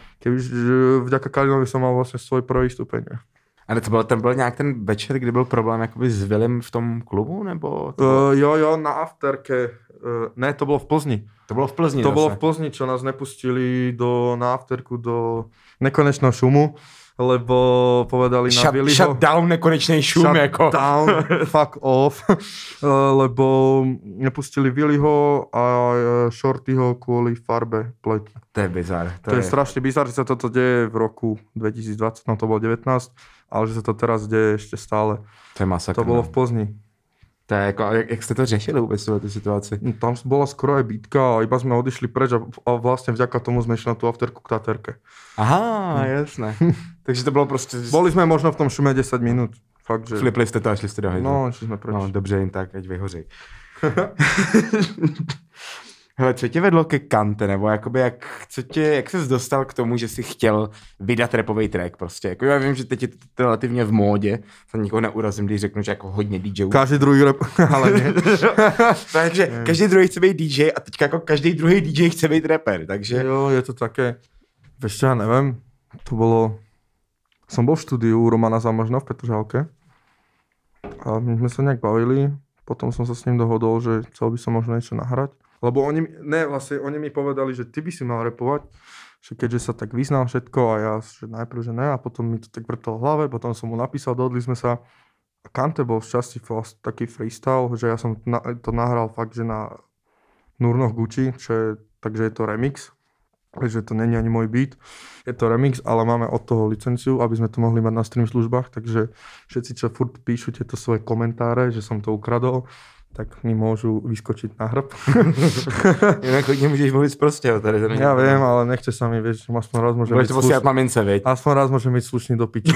Speaker 2: vďaka Kalinovi som mal vlastne svoj prvý stupeň.
Speaker 1: Ale tam byl nějak ten večer, kdy byl problém jakoby s Willem v tom klubu, nebo?
Speaker 2: Jo, na afterke. Ne, to bylo v Plzni.
Speaker 1: To bylo v Plzni
Speaker 2: To zase. Bylo v Plzni, čo nás nepustili na afterku do nekonečného šumu, lebo povedali na Billyho...
Speaker 1: Shut down, nekonečný šum, jako.
Speaker 2: Shut down, fuck off, lebo nepustili Billyho a Shortyho kvôli farbe pleti.
Speaker 1: To je bizar.
Speaker 2: To je strašne bizar, že sa toto deje v roku 2020, no to bolo 19, ale že sa to teraz deje ešte stále.
Speaker 1: To je masakr.
Speaker 2: To bolo v Plzni.
Speaker 1: To je jako, jak jste to řešili vůbec tu situaci?
Speaker 2: No, tam bola skoro aj bitka a iba sme odišli preč a vlastne vďaka tomu sme išli na tú afterku k Taterke.
Speaker 1: Aha, jasné. Takže to bylo prostě...
Speaker 2: Boli sme možno v tom šume 10 minút. Fakt, že...
Speaker 1: Flipli jste to a šli jste do hajzlu.
Speaker 2: No, šli sme preč.
Speaker 1: No, dobře, jen tak, ať vyhoří. Hele, co tě vedlo ke Kante, nebo jakoby jak ses dostal k tomu, že jsi chtěl vydat rapový track prostě? Jako já vím, že teď je to relativně v módě, se nikoho neurazím, když řeknu, že jako hodně DJů.
Speaker 2: Každý druhý rap, ale ne.
Speaker 1: Takže každý druhý chce být DJ a teďka jako každý druhý DJ chce být rapper, takže...
Speaker 2: Jo, je to také, vieš čo, ja neviem, to bolo, som bol v štúdiu Romana Zámožna v Petržalke a my sme sa nejak bavili, potom som sa s ním dohodol, že chcel by som možno niečo nahrať. Lebo oni mi povedali, že ty by si mal rapovať, že keďže sa tak vyznal všetko a ja, že najprv, že ne, a potom mi to tak vrtalo v hlave, potom som mu napísal, dohodli sme sa a Kante bol v časti taký freestyle, že ja som to nahral fakt, že na Nurnoch Gucci, takže je to remix, takže to není ani môj beat, je to remix, ale máme od toho licenciu, aby sme to mohli mať na stream službách, takže všetci, čo furt píšu tieto svoje komentáre, že som to ukradol, tak mi môžu vyskočiť na hrb.
Speaker 1: Jinak hodně můžeš mluvit prostě, tady to není.
Speaker 2: Ja viem, ale nechce sa mi, vieš, aspoň raz môžem byť
Speaker 1: slušný. Mamince, veď.
Speaker 2: Aspoň raz môžem byť slušný do piči.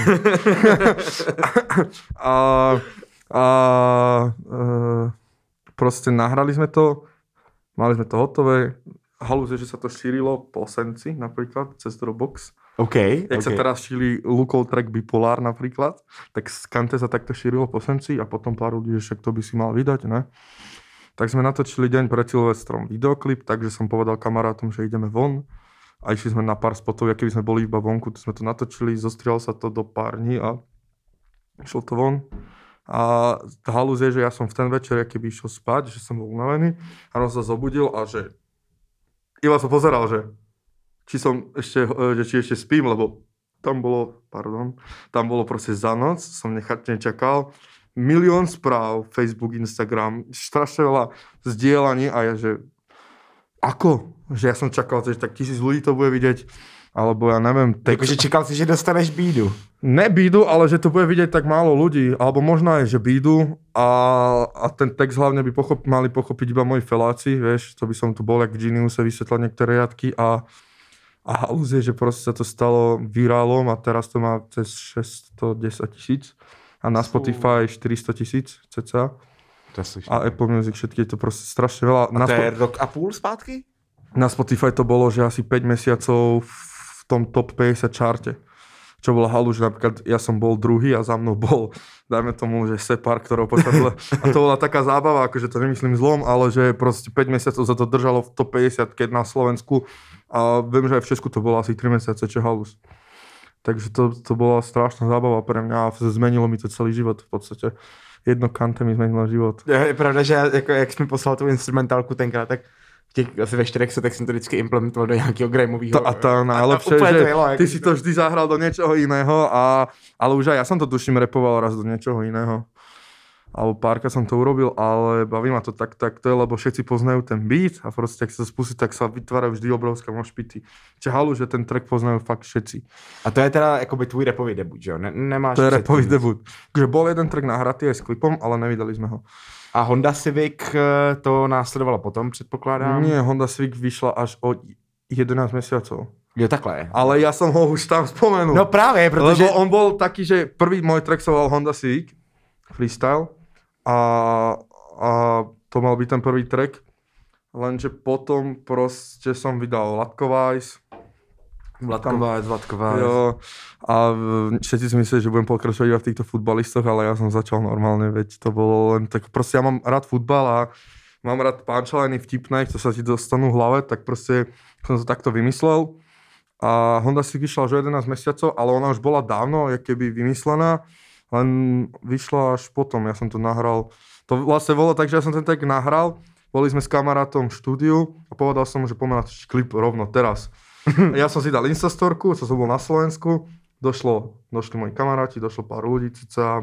Speaker 2: Proste nahrali sme to, mali sme to hotové. Halúze, že sa to šírilo po Senci, napríklad, cez Dropbox.
Speaker 1: OK.
Speaker 2: Jak sa teraz šíri Lukov track Bipolar napríklad, tak z Kante sa takto šírilo po Senci a potom pár ľudí, že však to by si mal vydať, ne? Tak sme natočili deň pred Silvestrom videoklip, takže som povedal kamarátom, že ideme von a išli sme na pár spotov, keby sme boli iba vonku, to sme to natočili, zostrialo sa to do pár dní a išlo to von. A halúz je, že ja som v ten večer, keby išiel spať, že som bol unavený a on sa zobudil a že iba som pozeral, že či ešte spím, lebo tam bolo proste za noc, som nechatne čakal, 1 000 000 správ, Facebook, Instagram, strašne veľa zdieľaní a ja, že ako? Že ja som čakal, že tak 1000 ľudí to bude vidieť, alebo ja neviem.
Speaker 1: Takže čekal si, že dostaneš bídu.
Speaker 2: Ne bídu, ale že to bude vidieť tak málo ľudí, alebo možno aj, že bídu a ten text hlavne by mali pochopiť iba moji feláci, vieš, to by som tu bol, jak v Geniuse vysvetlať niektoré riadky a halúz je, že proste sa to stalo virálom a teraz to má cez 610 000 a na Spotify 400 000 cca.
Speaker 1: To je slušné.
Speaker 2: A Apple Music, všetky je to proste strašne veľa.
Speaker 1: A to je rok a půl zpátky?
Speaker 2: Na Spotify to bolo, že asi 5 mesiacov v tom top 50 čarte. Čo bolo halu, že napríklad ja som bol druhý a za mnou bol, dajme tomu, že Separ, ktorého posadil. A to bola taká zábava, akože to nemyslím zlom, ale že proste 5 mesiacov sa to držalo v top 50, keď na Slovensku. A viem, že aj v Česku to bolo asi 3 mesiace, čo halus. Takže to bola strašná zábava pre mňa a zmenilo mi to celý život v podstate. Jedno Kante mi zmenilo život.
Speaker 1: Je pravda, že jak jsi mi poslal tu instrumentálku tenkrát, tak asi ve 4 setech jsem to vždycky implementoval do nějakého gramového.
Speaker 2: A to najlepšie, že ty si to vždy zahral do niečoho iného, ale už aj ja som to tuším repoval raz do niečoho iného. Alebo párka som to urobil, ale baví ma to tak to je, lebo všetci poznajú ten beat a proste, ak sa to spustí, tak sa vytvárajú vždy obrovské mošpity. Čiže halu, že ten track poznajú fakt všetci.
Speaker 1: A to je teda akoby tvůj rapový debut, že jo? Nemáš
Speaker 2: to je rapový debut. Takže bol jeden track nahratý aj s klipom, ale nevydali sme ho.
Speaker 1: A Honda Civic to následovalo potom, předpokládám?
Speaker 2: Nie, Honda Civic vyšla až o 11 mesiacov.
Speaker 1: Jo, takhle.
Speaker 2: Ale ja som ho už tam spomenul.
Speaker 1: No právě, protože...
Speaker 2: Lebo on bol taký, že prvý môj track sa volal Honda Civic Freestyle a to mal byť ten prvý track, lenže potom proste som vydal Vlatkovice. Jo, a všetci si mysleli, že budem pokračovať iba v týchto futbalistoch, ale ja som začal normálne, veď to bolo len tak, proste ja mám rád futbal a mám rád punchliny vtipné, čo sa ti dostanú v hlave, tak proste som to takto vymyslel. A Honda si vyšla už 11 mesiacov, ale ona už bola dávno, jak keby vymyslená, len vyšla až potom, ja som to nahral. To vlastne bolo tak, že ja som ten tak nahral, boli sme s kamarátom v štúdiu a povedal som mu, že poďme natočiť klip rovno teraz. Ja som si dal Instastorku, čo som bol na Slovensku došli moji kamaráti, došlo pár ľudí cica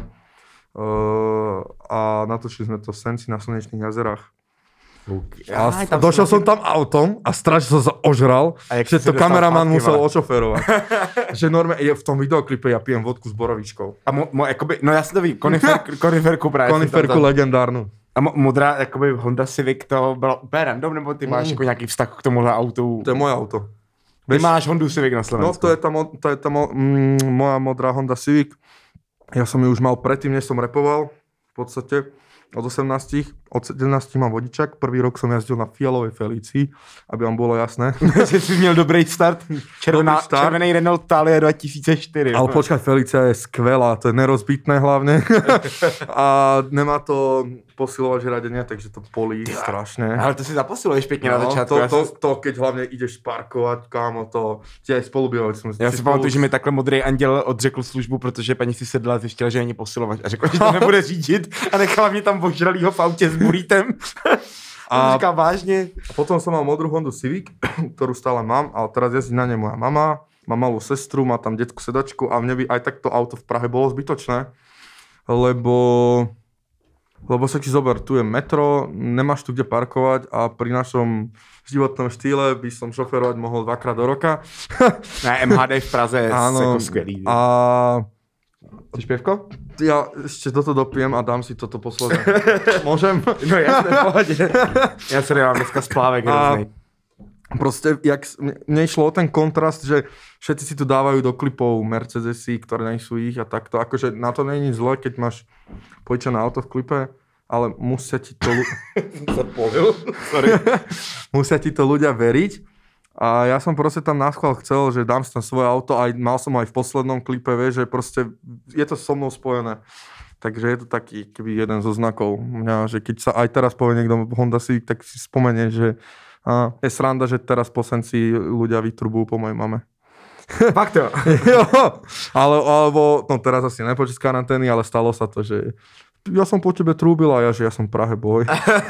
Speaker 2: a natočili sme to v Senci na Slnečných jazerách. A došiel som tam autom a strašne som sa ožral, že to kameraman musel ošoferovať. Že normálne v tom videoklipe ja pijem vodku s borovičkou.
Speaker 1: A jakoby, no já si to vím, koniferku právě.
Speaker 2: Koniferku legendárnu.
Speaker 1: A modrá jakoby Honda Civic, to bylo úplně random, nebo ty máš jako nějaký vztah k tomuhle autu?
Speaker 2: To je moje auto.
Speaker 1: Ty máš Hondu Civic na Slovensku.
Speaker 2: No to je tá moja modrá Honda Civic. Ja som ju už mal predtým, než som rapoval. V podstate od 17 mám vodičak. Prvý rok som jazdil na fialovej Felicii, aby vám bolo jasné.
Speaker 1: Že si měl dobrý start. Červený Renault Thalia 2004.
Speaker 2: Ale počkaj, Felicia je skvelá, to je nerozbitné hlavne. A nemá to posilovač radenia, takže to polí strašne.
Speaker 1: Ale to si zaposiluješ pěkně na začátku.
Speaker 2: To keď hlavne ideš parkovať, kámo, to ti aj spolubývali sme.
Speaker 1: Já si pamatuju, že mi takhle modrý anděl odřekl službu, protože paní si sedla a zjistila, že není posilovač a řekla, že to nebude řídit a nechala mě tam ožralýho v autě s burrítem. A říká vážně.
Speaker 2: Potom som mal modrú Hondu Civic, ktorú stále mám, ale teraz jazdí na nej moja mama, má malú sestru, má tam detskú sedačku a mne by aj takto auto v Prahe bolo zbytočné, lebo sa ti zober, tu je metro, nemáš tu kde parkovať a pri našom životnom štýle by som šoferovať mohol 2-krát do roka.
Speaker 1: Ne, MHD v Praze je jako skvělý.
Speaker 2: A
Speaker 1: chceš pěvko?
Speaker 2: Ja ešte toto dopijem a dám si toto posledné. Môžem?
Speaker 1: No jasné, v pohodě. Já se nemám dneska splávek hrozný.
Speaker 2: Proste, mne išlo o ten kontrast, že všetci si tu dávajú do klipov Mercedesy, ktoré nejsú ich a takto. Akože na to nie je nič zle, keď máš požičané auto v klipe, ale musia ti to musia ti to ľudia veriť. A ja som proste tam naschvál chcel, že dám si tam svoje auto a mal som aj v poslednom klipe, vieš, že proste je to so mnou spojené. Takže je to taký keby jeden zo znakov mňa, že keď sa aj teraz povie niekto Honda Civic, tak si spomenie, že je sranda, že teraz po Senci ľudia vytrubujú po mojej mame.
Speaker 1: Fakt jo.
Speaker 2: Jo, alebo, no teraz asi nepočas karantény, ale stalo sa to, že ja som po tebe trúbil a ja som Prahe boy.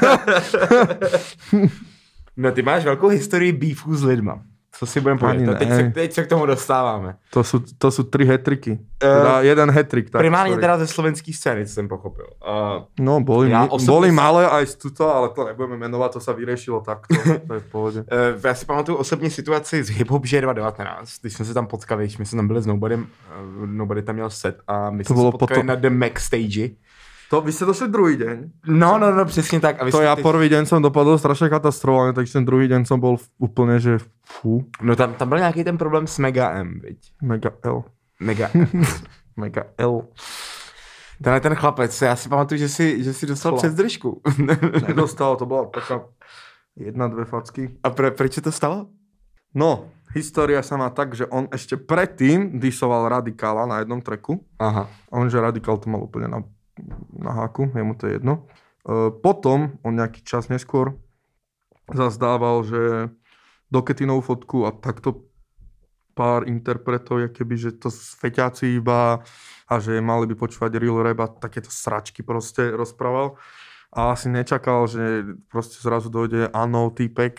Speaker 1: No ty máš velkou historii beefů s lidma. Co si budeme povědět? Teď se k tomu dostáváme.
Speaker 2: To sú 3 hat-tricky. Teda jeden hat-trick.
Speaker 1: Primárně teda ze slovenský scény, co jsem pochopil.
Speaker 2: No, boli malé aj z tuto, ale to nebudeme menovať, to sa vyriešilo takto. To je v pohode.
Speaker 1: Já si pamatuju osobní situaci z Hip Hop Že 2019, když jsme se tam potkali, my jsme tam byli s Nobodym, Nobody tam měl set a my jsme se potkali na The Mac Stage.
Speaker 2: To vy ste došli druhý deň?
Speaker 1: No, přesně tak. A
Speaker 2: to ja prvý deň som dopadol strašne katastrofálne, takže ten druhý deň som bol úplne, že fú.
Speaker 1: No tam byl nějaký ten problém s Mega M, viď?
Speaker 2: Mega L. Mega L.
Speaker 1: Tenhle ten chlapec, já si pamatuju, že si dostal přes držku.
Speaker 2: Nedostal, to bola taká 1-2 facky.
Speaker 1: A proč se to stalo?
Speaker 2: No, história sa má tak, že on ešte predtým disoval Radikála na jednom tracku.
Speaker 1: Aha.
Speaker 2: A on, že Radikál to mal úplne na háku, jemu to je jedno. Potom, on nejaký čas neskôr, zazdával, že do Ketinovú fotku a takto pár interpretov, keby, že to sveťáci iba a že mali by počúvať real rap a takéto sračky proste rozprával. A asi nečakal, že proste zrazu dojde Ano, týpek,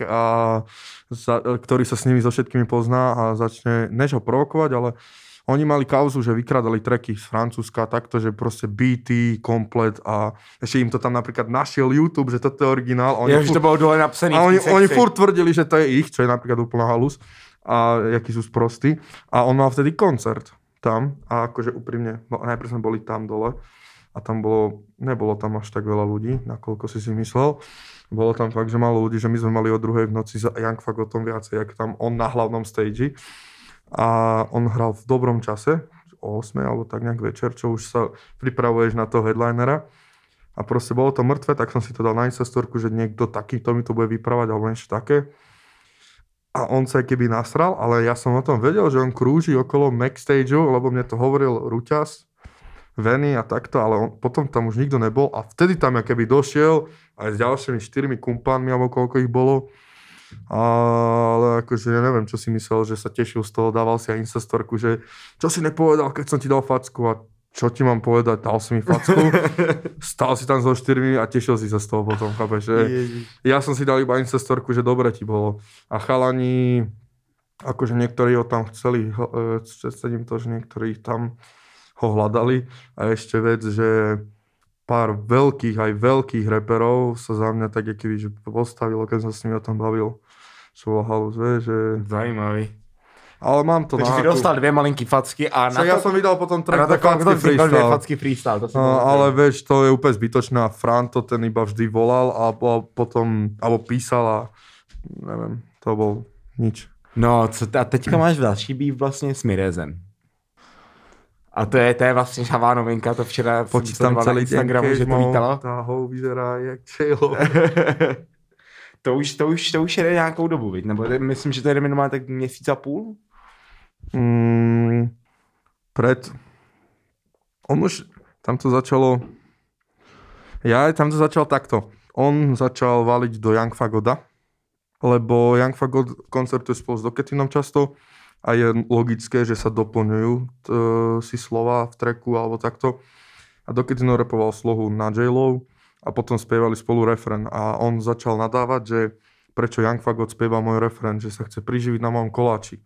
Speaker 2: ktorý sa s nimi so všetkými pozná a začne, než ho provokovať, ale oni mali kauzu, že vykradali tracky z Francúzska takto, že proste beaty, komplet a ešte im to tam napríklad našiel YouTube, že toto je originál.
Speaker 1: Že to bolo dole napsaný.
Speaker 2: A oni furt tvrdili, že to je ich, čo je napríklad úplná halus a jakí sú sprostí. A on mal vtedy koncert tam a akože úprimne, najprv sme boli tam dole a tam nebolo tam až tak veľa ľudí, nakoľko si myslel. Bolo tam fakt, že málo ľudí, že my sme mali o 2:00 v noci za Young Fuck o tom viacej, jak tam on na hlavnom stage. A on hral v dobrom čase, o 8 alebo tak nejak večer, čo už sa pripravuješ na toho headlinera. A proste bolo to mŕtve, tak som si to dal na Instastorku, že niekto takýto mi to bude vyprávať alebo niečo také. A on sa keby nasral, ale ja som o tom vedel, že on krúži okolo Backstageu, lebo mne to hovoril Ruťas, Veny a takto, ale potom tam už nikto nebol a vtedy tam keby došiel aj s ďalšími 4 kumpánmi alebo koľko ich bolo. Ale akože ja neviem, čo si myslel, že sa tešil z toho, dával si aj Instastorku, že čo si nepovedal, keď som ti dal facku a čo ti mám povedať, dal si mi facku, stál si tam so 4 a tešil si sa z toho potom, chápeš, že ja som si dal iba Instastorku, že dobre ti bolo a chalani Akože niektorí ho tam chceli, cením to, že niektorí tam ho hľadali. A ešte vec, že pár aj veľkých reperov sa za mňa tak keby, že postavilo, keď som s nimi o tom bavil. Čo bol halus, vieš, že...
Speaker 1: Zajímavý.
Speaker 2: Ale mám to
Speaker 1: Takže
Speaker 2: na
Speaker 1: si dostal 2 malinký facky a na to...
Speaker 2: ja som vydal potom
Speaker 1: A na
Speaker 2: track
Speaker 1: to
Speaker 2: facky freestyle.
Speaker 1: 2 facky freestyle. To
Speaker 2: No, ale vieš, to je úplne zbytočné a Fran to ten iba vždy volal a potom, alebo písal a neviem, to bol nič.
Speaker 1: No, a teďka máš další býv vlastně s Mirezem. A to je vlastně žhavá novinka, to včera
Speaker 2: Počítám celý
Speaker 1: na Instagramu, že to vítalo.
Speaker 2: Tá hou vyzerá jak čejlo.
Speaker 1: to už jede nějakou dobu, viď? Nebo myslím, že to jede minimálně tak měsíc a půl?
Speaker 2: On už, tam to začalo, tam to začal takto. On začal valiť do Young Fagoda, lebo Young Fagod koncertuje spolu s Doketinom často a je logické, že sa doplňujú si slova v tracku alebo takto. A Doketino rapoval slohu na J-Lo a potom spievali spolu refrén a on začal nadávať, že prečo Young Fagot spieva môj refrén, že sa chce priživiť na mojom koláči.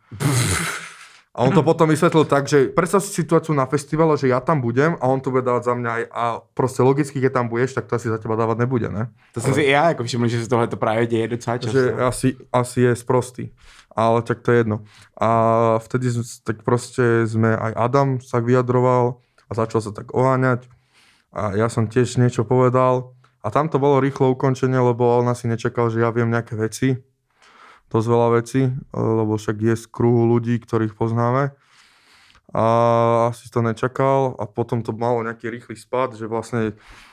Speaker 2: A on to potom vysvetlil tak, že predstav si situáciu na festivale, že ja tam budem a on to bude dávať za mňa aj a proste logicky, keď tam budeš, tak to asi za teba dávať nebude, ne?
Speaker 1: To jsem si i já jako všiml, že se tohle to právě děje docela často.
Speaker 2: Že asi je sprostý, ale tak to je jedno. A vtedy tak proste sme, aj Adam sa vyjadroval a začal sa tak oháňať a ja som tiež niečo povedal a tam to bolo rýchlo ukončenie, lebo on asi nečakal, že ja viem nejaké veci. Dosť veľa vecí, lebo však je z kruhu ľudí, ktorých poznáme. A asi to nečakal a potom to malo nejaký rýchly spad, že vlastne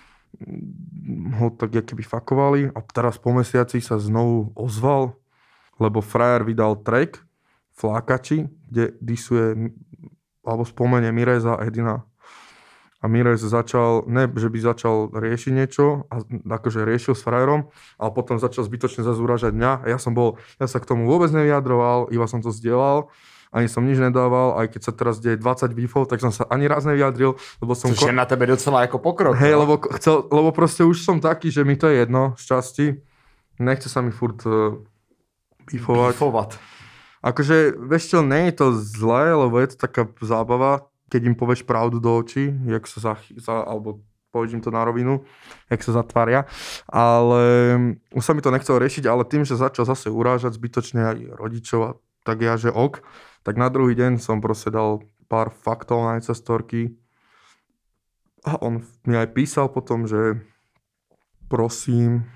Speaker 2: ho tak keby fakovali a teraz po mesiaci sa znovu ozval, lebo frajer vydal track Flákači, kde disuje alebo spomenie Mireza a Edina. A Mirez začal, ne, že by začal riešiť niečo, a akože riešil s frajerom, ale potom začal zbytočne zazúražať mňa. A ja sa k tomu vôbec nevyjadroval, iba som to zdieľal, ani som nič nedával, aj keď sa teraz deje 20 beefov, tak som sa ani raz nevyjadril, lebo som...
Speaker 1: Což je na tebe docela jako pokrok.
Speaker 2: Hej, lebo proste už som taký, že mi to je jedno, z časti. Nechce sa mi furt beefovať. Akože, vieš čo, nie je to zlé, lebo je to taká zábava, keď im povieš pravdu do očí, jak sa alebo povieš im to na rovinu, jak sa zatvária. Ale už sa mi to nechcelo riešiť, ale tým, že začal zase urážať zbytočne aj rodičov, a tak ja, že ok, tak na druhý deň som proste dal pár faktov na storky. A on mi aj písal potom, že prosím,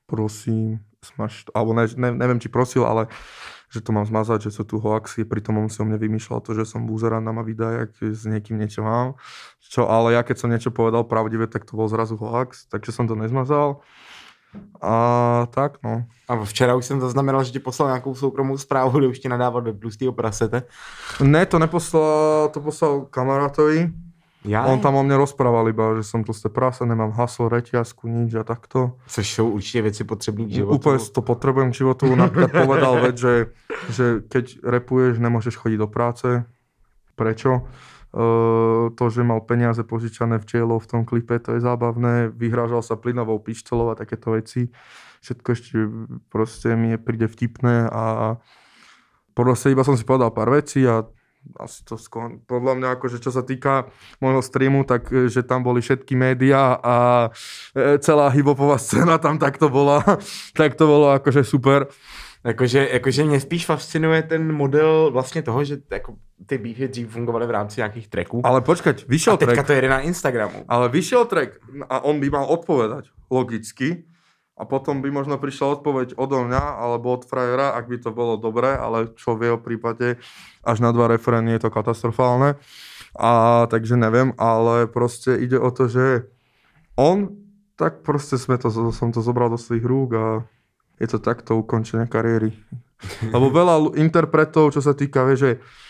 Speaker 2: smaž, alebo neviem, či prosil, ale že to mám zmazať, že sú tu hoaxy, pritom on si o mne vymýšľal to, že som búzerant na videa, ak s niekým niečo mám. Ale ja keď som niečo povedal pravdivé, tak to bol zrazu hoax, takže som to nezmazal. A tak, no.
Speaker 1: A včera už jsem zaznamenal, že ti poslal nějakou soukromou zprávu, kde už ti nadával do tlustého prasete.
Speaker 2: Ne, to neposlal, to poslal kamarátovi.
Speaker 1: Ja?
Speaker 2: On tam o mne rozprával iba, že som tlusté prasa, nemám haslo, reťazku, nič a takto.
Speaker 1: Což jsou určitě věci potřebné k životu.
Speaker 2: Úplne to potrebujem k životu. Napríklad povedal vec, že keď rapuješ, nemôžeš chodiť do práce. Prečo? To, že mal peniaze požičané v J-Lo v tom klipe, to je zábavné. Vyhrážal sa plynovou pištolou a takéto veci. Všetko ešte proste mi príde vtipné a proste iba som si povedal pár vecí a asi to podľa mňa, akože čo sa týka môjho streamu, tak že tam boli všetky médiá a celá hip-hopová scéna tam takto bola, tak to bolo akože super.
Speaker 1: Jakože mě spíš fascinuje ten model vlastně toho, že jako ty beefy dřív fungovaly v rámci nějakých tracků.
Speaker 2: Ale počkať, vyšiel track. A
Speaker 1: teďka to jede na Instagramu.
Speaker 2: Ale vyšiel track a on by mal odpovedať logicky. A potom by možno prišla odpoveď odo mňa alebo od frajera, ak by to bolo dobré, ale čo v jeho prípade až na 2 refrény je to katastrofálne. A takže neviem, ale proste ide o to, že on, tak proste som to zobral do svojich rúk a je to takto ukončenie kariéry. Lebo veľa interpretov, čo sa týka, vie, že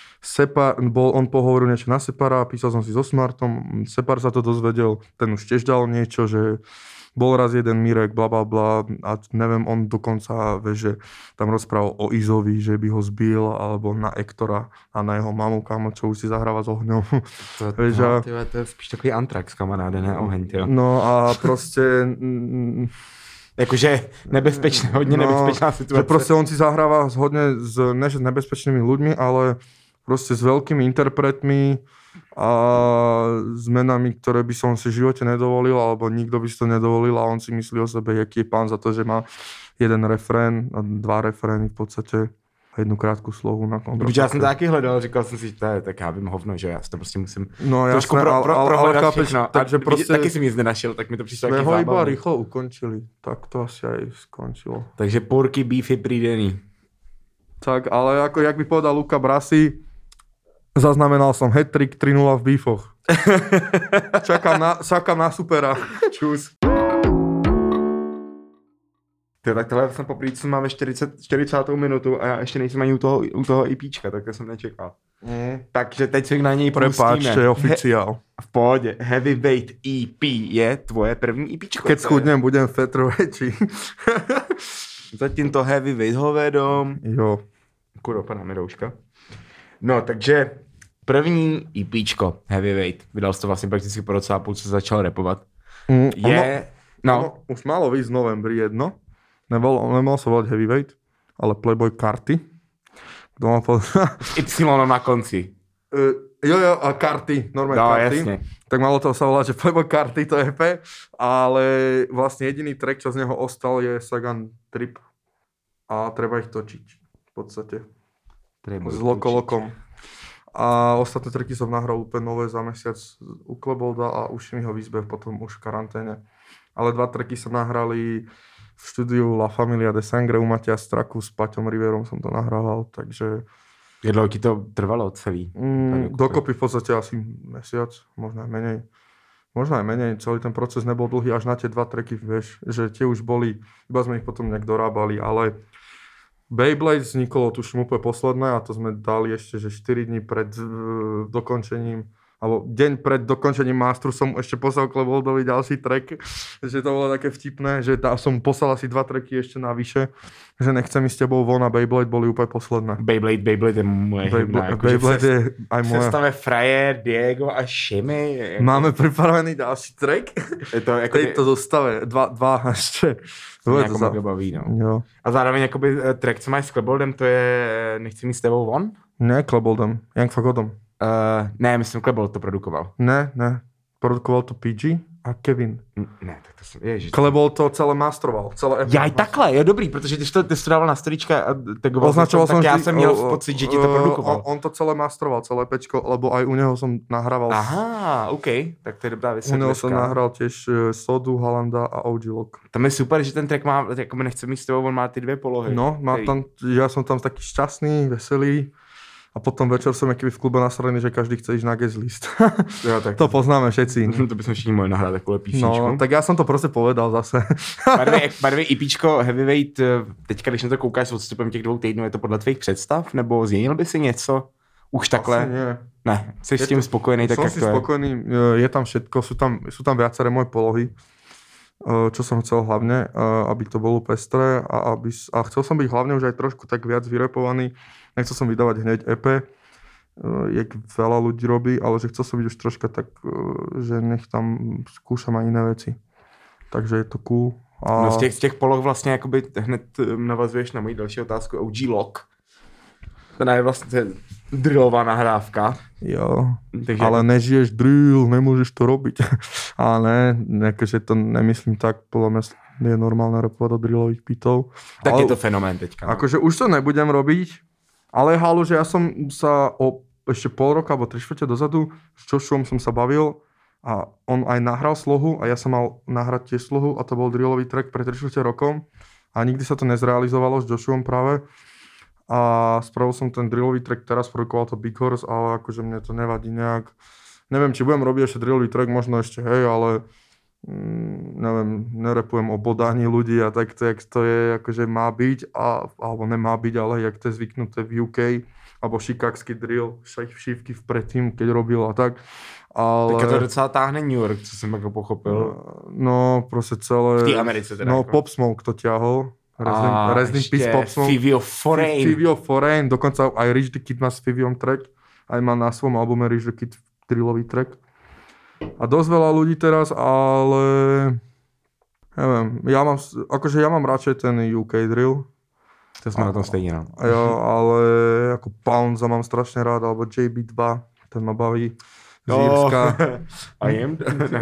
Speaker 2: on pohovoril niečo na Separa, písal som si so Smartom, Separ sa to dozvedel, ten už tiež dal niečo, že bol raz jeden Mirek, blablabla a neviem, on dokonca, vie, že tam rozprával o Izovi, že by ho zbil, alebo na Ektora a na jeho mamu, kámo, čo už si zahráva s ohňom.
Speaker 1: To je spíš takový Antrax, kamaráde, ne oheň, tyjo.
Speaker 2: No a proste
Speaker 1: Jakože nebezpečné, hodně nebezpečná situace.
Speaker 2: Že proste on si zahráva hodne s nebezpečnými ľuďmi, ale proste s veľkými interpretmi a s menami, ktoré by som si v živote nedovolil, alebo nikto by si to nedovolil a on si myslí o sebe, jaký je pán za to, že má jeden refrén a 2 refrény v podstate a jednu krátku slohu na kontrafaktu.
Speaker 1: Protože já jsem to taky hledal, říkal jsem si, že to je, tak já vím hovno, že já si to prostě musím
Speaker 2: no,
Speaker 1: trošku
Speaker 2: jasné,
Speaker 1: prohledat
Speaker 2: chápeš,
Speaker 1: všechno.
Speaker 2: takže
Speaker 1: prostě... Taky jsem nic nenašel, tak mi to přišlo taky
Speaker 2: zábavné. Sme ho iba
Speaker 1: zábavné.
Speaker 2: rýchlo ukončili, tak to asi aj skončilo.
Speaker 1: Takže Porky Beef je prídený.
Speaker 2: Tak, ale ako jak by povedal Luca Brasi, zaznamenal som hat-trick 3-0 v beefoch. Čakám na supera.
Speaker 1: Čus. Tak tohle jsem poprvé, co máme 40. minutu a já ještě nejsem ani u toho IPčka, tak to jsem nečekal. Takže teď se na něj pustíme.
Speaker 2: Prepáčte, oficiál.
Speaker 1: V pohodě. Heavyweight EP je tvoje první IPčko.
Speaker 2: Keď schudnem, budem fetroväčší.
Speaker 1: Zatím to Heavyweight hovedom.
Speaker 2: Jo.
Speaker 1: Kurva, padá mi rouška. No, takže první IPčko Heavyweight. Vydal jsi to vlastně prakticky po roce a půl, co začal rapovat. Je...
Speaker 2: No. Už malo výsť v novembri jedno. Nemal sa volať Heavyweight, ale Playboy Karty. Kto má povedať?
Speaker 1: Y na konci.
Speaker 2: Jo, a Karty, normálne
Speaker 1: No,
Speaker 2: Karty.
Speaker 1: jasne.
Speaker 2: Tak malo to sa volať, že Playboy Karty to EP, ale vlastne jediný track, čo z neho ostal, je Sagan Trip. A treba ich točiť, v podstate. S Lokolokom. A ostatné tracky som nahral úplne nové za mesiac u Klebolda a už mi ho výzbev potom už v karanténe. Ale 2 tracky sa nahrali v štúdiu La Familia de Sangre u Matia Straku s Paťom Riverom som to nahrával, takže...
Speaker 1: Jak dlouho ti to trvalo celý?
Speaker 2: Dokopy v podstate asi mesiac, možno aj menej. Možno aj menej, celý ten proces nebol dlhý až na tie 2 tracky, vieš, že tie už boli, iba sme ich potom nejak dorábali, ale Beyblade vzniklo tuším úplne posledné a to sme dali ešte, že 4 dní pred dokončením alebo deň pred dokončením Masteru som ešte poslal Kleboldovi ďalší track, že to bolo také vtipné, že som poslal asi 2 tracky ešte navyše, že nechcem ísť s tebou von a Beyblade boli úplne posledné.
Speaker 1: Beyblade je moje hymna.
Speaker 2: Beyblade je aj moja.
Speaker 1: V sestave Frajer, Diego a Shimmy.
Speaker 2: Máme pripravený ďalší track.
Speaker 1: Je to jako...
Speaker 2: Tejto zostave, dva ešte.
Speaker 1: Nějakou mega baví, no.
Speaker 2: Jo.
Speaker 1: A zároveň jakoby track, co máš s Kleboldem, to je Nechci mít s tebou von?
Speaker 2: Ne Kleboldem, Young Fagodom.
Speaker 1: Ne, myslím, Klebold to produkoval.
Speaker 2: Ne. Produkoval to PG a Kevin.
Speaker 1: Ne, tak to jsem... Ježiš.
Speaker 2: Klebold to celé mastroval.
Speaker 1: Já i takhle, je dobrý, protože ty jsi to dával na storíčka a tagoval
Speaker 2: označoval
Speaker 1: tak já jsem měl pocit, že ti to produkoval.
Speaker 2: On to celé mastroval, celé pečko, lebo aj u neho som nahrával.
Speaker 1: Aha, OK, tak to je dobrá vysvětliska.
Speaker 2: U neho som nahral tiež Sodu, Halanda a OG Lock.
Speaker 1: Tam je super, že ten track má, jako Nechci mít s tebou, on má ty 2 polohy.
Speaker 2: No, má tam, ja som tam taký šťastný, veselý. A potom večer som aký v klube nasradený, že každý chce ísť na guest list.
Speaker 1: Jo, tak
Speaker 2: to poznáme všetci.
Speaker 1: To by sme všichni mohli nahrát takové písničku.
Speaker 2: No, tak já jsem to prostě povedal zase.
Speaker 1: Barvy EPčko Heavyweight, teďka, když na to koukáš s odstupem těch 2 týdnů, je to podle tvých představ? Nebo změnil by si něco? Už takhle?
Speaker 2: Asi nie.
Speaker 1: Ne, jsi s tím spokojený, tak
Speaker 2: jak to je? Som si spokojný, je tam všetko, sú tam viaceré moje polohy, čo som chcel hlavne, aby to bolo pestré a chcel som byť hlavne už aj trošku tak viac vyrepovaný. Nechcel som vydávať hneď EP, jak veľa ľudí robí, ale že chcel som byť už troška tak, že nech tam skúšam aj iné veci. Takže je to cool.
Speaker 1: No z těch poloh vlastně jakoby hned navazuješ na moji další otázku. OG Lock. To je vlastně drillová nahrávka.
Speaker 2: Jo,
Speaker 1: takže...
Speaker 2: ale nežiješ drill, nemôžeš to robiť. Ale ne, akože to nemyslím tak, podľa mňa je normálne rapovať do drillových beatov.
Speaker 1: Tak
Speaker 2: ale,
Speaker 1: je to fenomén teďka. No.
Speaker 2: Akože už to nebudem robiť, ale halu, že ja som sa ešte pol roka alebo 3/4 dozadu s Joshuom som sa bavil a on aj nahral slohu a ja som mal nahrať tiež slohu a to bol drillový track pred 3/4 rokom a nikdy sa to nezrealizovalo s Joshuom práve. A spravil som ten drillový track, teraz produkoval to Big Horse, ale akože mne to nevadí nejak. Neviem, či budem robiť ešte drillový track, možno ešte, hej, ale neviem, nerepujem o bodaní ľudí a tak to, jak to je, akože má byť, alebo nemá byť, ale jak to je zvyknuté v UK, alebo chicagský drill, šívky predtým, keď robil a tak. Ale...
Speaker 1: Tak to docela táhne New York, co jsem jako pochopil.
Speaker 2: No, prostě celé...
Speaker 1: V té Americe teda.
Speaker 2: No,
Speaker 1: jako.
Speaker 2: Pop Smoke to ťahol. Resident Peace Pop Smoke.
Speaker 1: Fivio Foreign.
Speaker 2: Fivio Foreign, dokonca aj Rich the Kid má s Fiviom track, aj má na svom albume Rich the Kid drillový track. A dosť veľa ľudí teraz, ale Neviem, ja mám radšej ten UK drill.
Speaker 1: To jsme na tom stejně, no.
Speaker 2: Jo, ale ako Poundsa mám strašne rád, alebo JB2, ten ma baví. Z Írska.
Speaker 1: I am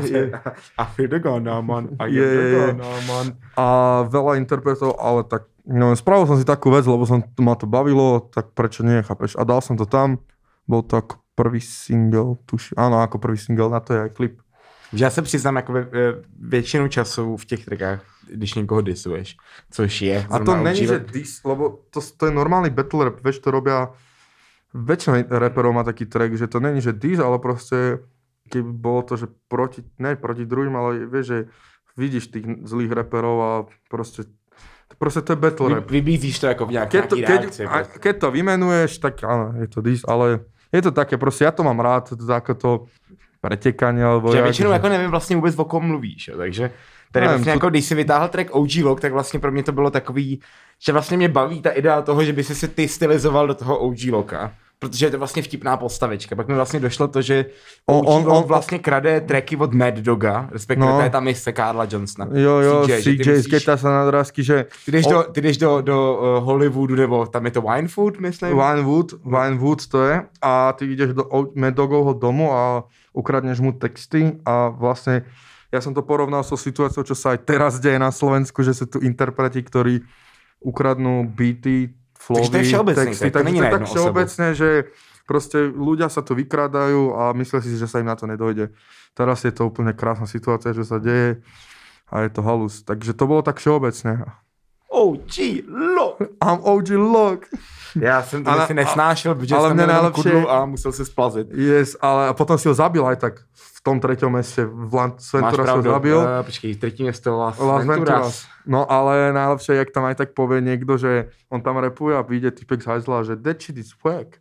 Speaker 1: the Ghana, man. I am the Ghana, man.
Speaker 2: A veľa interpretov, ale tak, no, spravil som si takú vec, lebo ma to bavilo, tak prečo nie, chápeš? A dal som to tam, bol to ako prvý single, áno, ako prvý single, na to je aj klip.
Speaker 1: Já se přiznám, jako většinu času v těch trackách, když někoho disuješ, což je.
Speaker 2: A to není, že dis, lebo to je normálny battle rap, vieš, to robia, väčšina rapperov má taký track, že to není, že dis, ale proste, keby bolo to, že proti druhým, ale vieš, že vidíš tých zlých rapperov a proste to je battle rap.
Speaker 1: Vybízíš to jako v nějaký reakci.
Speaker 2: Keď to vymenuješ, tak áno, je to dis, ale je to také, proste ja to mám rád, ako to pretekanie, alebo...
Speaker 1: Já většinou jako nevím vlastně vůbec, o kom mluvíš, jo, takže tady nevím, vlastně jako když si vytáhl track OG Lock, tak vlastně pro mě to bylo takový, že vlastně mě baví ta idea toho, že by si se ty stylizoval do toho OG Locka, protože je to vlastně vtipná postavička. Pak mi vlastně došlo to, že on vlastně krade tracky od Mad Doga, respektive to je ta mise Karla Johnsona.
Speaker 2: Jo, CJ sketa sa na drásky, že...
Speaker 1: Ty jdeš do Hollywoodu, nebo tam je to Winewood, myslím?
Speaker 2: Winewood to je. A ty ideš do Mad Dogovho domu a ukradneš mu texty a vlastne ja som to porovnal so situáciou, čo sa aj teraz deje na Slovensku, že sú tu interpreti, ktorí ukradnú beaty, flowy, texty. Takže to je tak všeobecné, že proste ľudia sa tu vykrádajú a myslia si, že sa im na to nedojde. Teraz je to úplne krásna situácia, čo sa deje a je to halus. Takže to bolo tak všeobecné.
Speaker 1: OG Lock!
Speaker 2: I'm OG Lock!
Speaker 1: Já jsem to si nesnášel, protože jsem měl kudlu a musel se splazit.
Speaker 2: Yes, ale potom si ho zabil aj tak v tom treťom meste. Ventura sa zabil.
Speaker 1: Počkej, třetí město Las Venturas.
Speaker 2: No ale najlepšie, jak tam aj tak povie niekto, že on tam rapuje a vyjde typek z hajzla, že that shit is whack.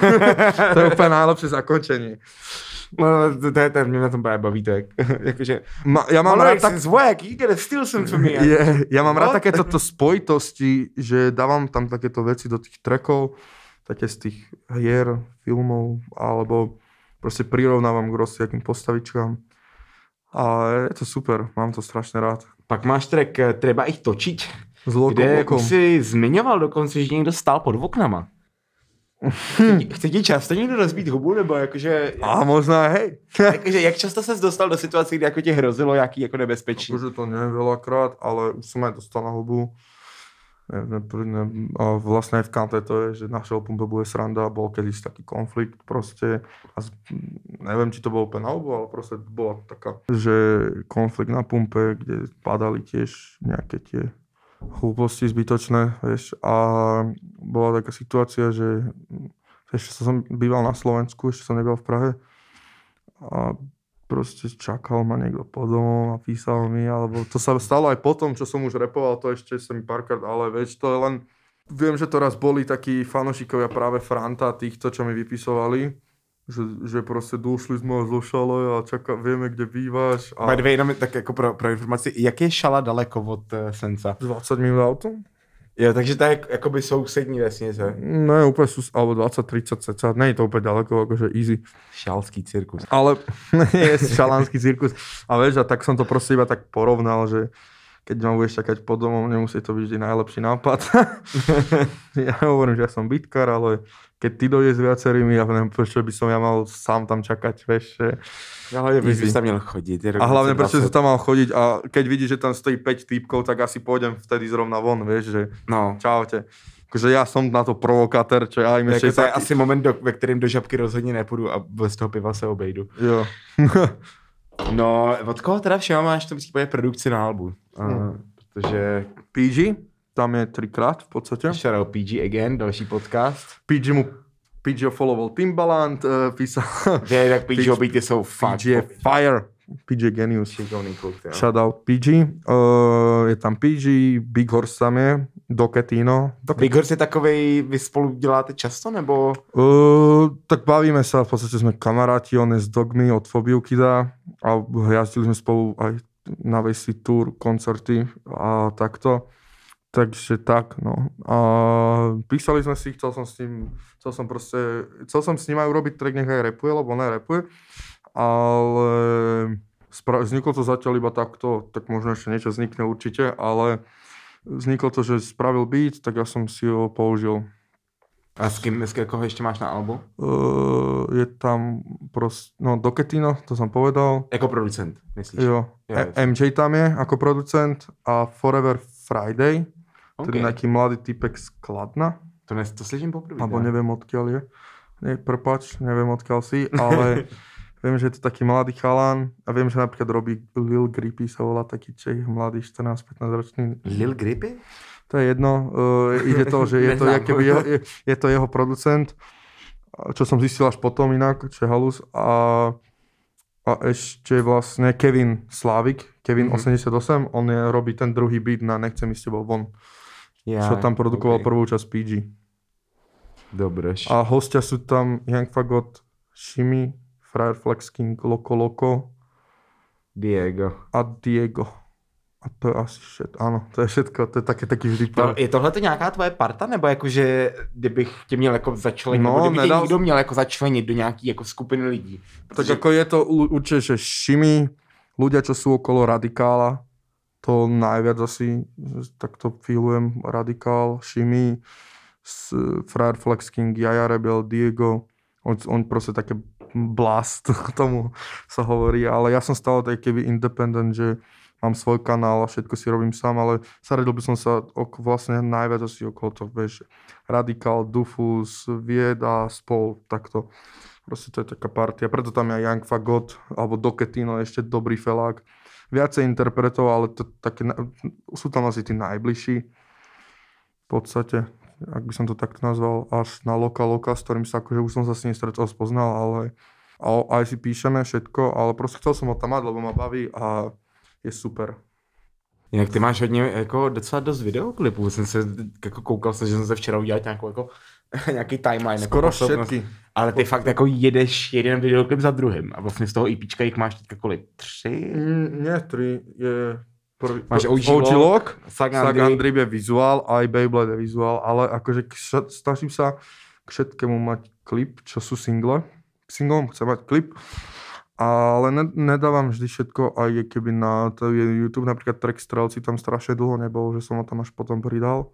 Speaker 2: To je úplne najlepšie zakončenie.
Speaker 1: No, to je ten, mě na tom právě baví, tak jakože...
Speaker 2: Ja mám rád tak...
Speaker 1: Swag, you gotta steal some from me.
Speaker 2: Ja mám rád takéto spojitosti, že dávam tam takéto veci do tých trackov, také z tých hier, filmov, alebo proste prirovnávam k rozsiakým postavičkám. A je to super, mám to strašne rád.
Speaker 1: Pak máš track Treba ich točiť,
Speaker 2: kde
Speaker 1: jako si zmiňoval dokonce, že někdo stál pod oknama. Chce ti často někdo rozbít hubu, nebo jakože...
Speaker 2: A možná, hej.
Speaker 1: Jakože jak často ses dostal do situace, kdy jako tě hrozilo jaký jako nebezpečí?
Speaker 2: Akože to nie veľakrát, ale už som aj dostal na hubu. A vlastne aj v Kante to je, že na pumpe bude sranda, bol kedysi taký konflikt proste. A neviem, či to bolo úplne na hubu, ale proste bola taká, že konflikt na pumpe, kde padali tiež nejaké tie hlúposti zbytočné, vieš. A bola taká situácia, že ešte som býval na Slovensku, ešte som nebýval v Prahe. A proste čakal ma niekto pod domom a písal mi, alebo to sa stalo aj potom, čo som už repoval, to ešte sa mi párkrát, ale vieš, to je len... Viem, že to raz boli takí fanošikovia práve Franta, týchto, čo mi vypisovali, že proste došli sme zo Šale a vieme, kde bývaš. A...
Speaker 1: By the way, jenom tak jako pro informaci, jak je Šala daleko od Senca?
Speaker 2: 20 minút autom.
Speaker 1: Jo, takže to je jakoby sousední vesnice.
Speaker 2: Ne, úplne alebo 20-30 cca, nie je to úplne ďaleko, akože easy.
Speaker 1: Šalský cirkus.
Speaker 2: Ale je šalánsky cirkus. A vieš, a tak som to proste iba tak porovnal, že keď ma budeš čakať pod domom, nemusí to byť vždy najlepší nápad. Ja hovorím, že ja som bytkár, ale keď ty dojdeš s viacerými, ja neviem, prečo by som ja mal sám tam čakať, vieš.
Speaker 1: Ale by tam měl chodit.
Speaker 2: A hlavne, prečo som tam mal chodiť a keď vidíš, že tam stojí 5 týpkov, tak asi pôjdem vtedy zrovna von, vieš, že
Speaker 1: no.
Speaker 2: Čaute. Takže ja som na to provokatér, čo ja im ešte...
Speaker 1: To je asi moment, ve kterým do žabky rozhodně nepůjdu a bez toho piva se obejdu.
Speaker 2: Jo.
Speaker 1: No, od koho teda všeho máš v tom případě produkci na albu? Protože...
Speaker 2: PG, tam je 3krát v podstate.
Speaker 1: Shoutout PG again, další podcast.
Speaker 2: PG followoval Timbaland, písal...
Speaker 1: Tak PG beaty jsou fakt.
Speaker 2: PG je fire. PG Genius.
Speaker 1: Šikovný kluk, jo.
Speaker 2: Shoutout PG. Je tam PG, Big Horse tam je, Doketino.
Speaker 1: Big Horse je takovej, vy spolu děláte často, nebo?
Speaker 2: Tak bavíme sa, v podstate sme kamaráti, on je z Dogmy od Fobiu Kida a jazdili sme spolu aj na Vesi Tour, koncerty a takto. Takže tak, no. A písali sme si, chcel som s ním aj urobiť track, nech aj rapuje, lebo on aj rapuje. Ale Vzniklo to zatiaľ iba takto, tak možno ešte niečo vznikne určite, ale vzniklo to, že spravil beat, tak ja som si ho použil.
Speaker 1: A s koho ještě máš na albu?
Speaker 2: Je tam Doketino, to som povedal.
Speaker 1: Jako producent, myslíš?
Speaker 2: Jo. MJ tam je ako producent a Forever Friday, ktorý je nejaký mladý typek z Kladna.
Speaker 1: To slyším poprvé.
Speaker 2: Alebo neviem odkiaľ je. Prepáč, neviem odkiaľ si, ale viem, že je to taký mladý chalan a viem, že napríklad robí Lil Grippy, sa volá taký Čech, mladý 14-15 ročný.
Speaker 1: Lil Grippy?
Speaker 2: To je jedno, ide to, že je to jeho producent, čo som zistil až potom inak, čo je halus. A ešte vlastne Kevin Slávik, Kevin 88, on robí ten druhý beat na Nechcem ísť s tebou von. Čo tam produkoval prvú časť PG.
Speaker 1: Dobre.
Speaker 2: A hostia sú tam Young Fagot, Shimi, Friar Flex King, Loco Loco,
Speaker 1: Diego.
Speaker 2: A to je asi všetko, áno, to je všetko, to je taký vždy pár.
Speaker 1: Je tohle nějaká tvoje parta, nebo jakože, kdybych tě měl jako začlenit,
Speaker 2: no,
Speaker 1: nebo kdyby tě někdo měl jako začlenit do nějaký jako skupiny lidí?
Speaker 2: Protože... Tak ako je to určite, že Shimi, ľudia, čo sú okolo Radikála, to najviac asi, tak to feelujem, Radikál, Shimi, Friar Flex King, Jaja Rebel, Diego, on proste také blast, tomu sa hovorí, ale ja som stále taký keby independent, že mám svoj kanál a všetko si robím sám, ale zaradil by som sa vlastne najviac asi okolo toho, vieš, Radikál, Dufus, Vieda, Spol, takto. Proste to je taká partia, preto tam je Young Fagot, alebo Doketino, ešte dobrý felák. Viacej interpretov, ale to také, sú tam asi tí najbližší. V podstate, ak by som to takto nazval, až na Loka, s ktorým sa akože už som sa s ním stretol, spoznal, ale aj si píšeme všetko, ale proste chcel som ho tam mať, lebo ma baví a je super.
Speaker 1: Jinak ty máš hodně, jako docela dost videoklipů, jsem se jako koukal, že jsem se včera udělat nějaký timeline.
Speaker 2: Skoro všetky.
Speaker 1: Ale ty fakt jako jedeš jeden videoklip za druhým a vlastně z toho EPčka jich máš teďka kolik? 3?
Speaker 2: Nie, 3 je...
Speaker 1: Máš OG Lock,
Speaker 2: Sack Andrib je vizuál, aj Beyblade je vizuál, ale akože snažím sa k všetkému mať klip, čo sú singlom chcem mať klip, ale nedávam vždy všetko, aj keby na YouTube napríklad track Strelci tam strašne dlho nebol, že som ho tam až potom pridal.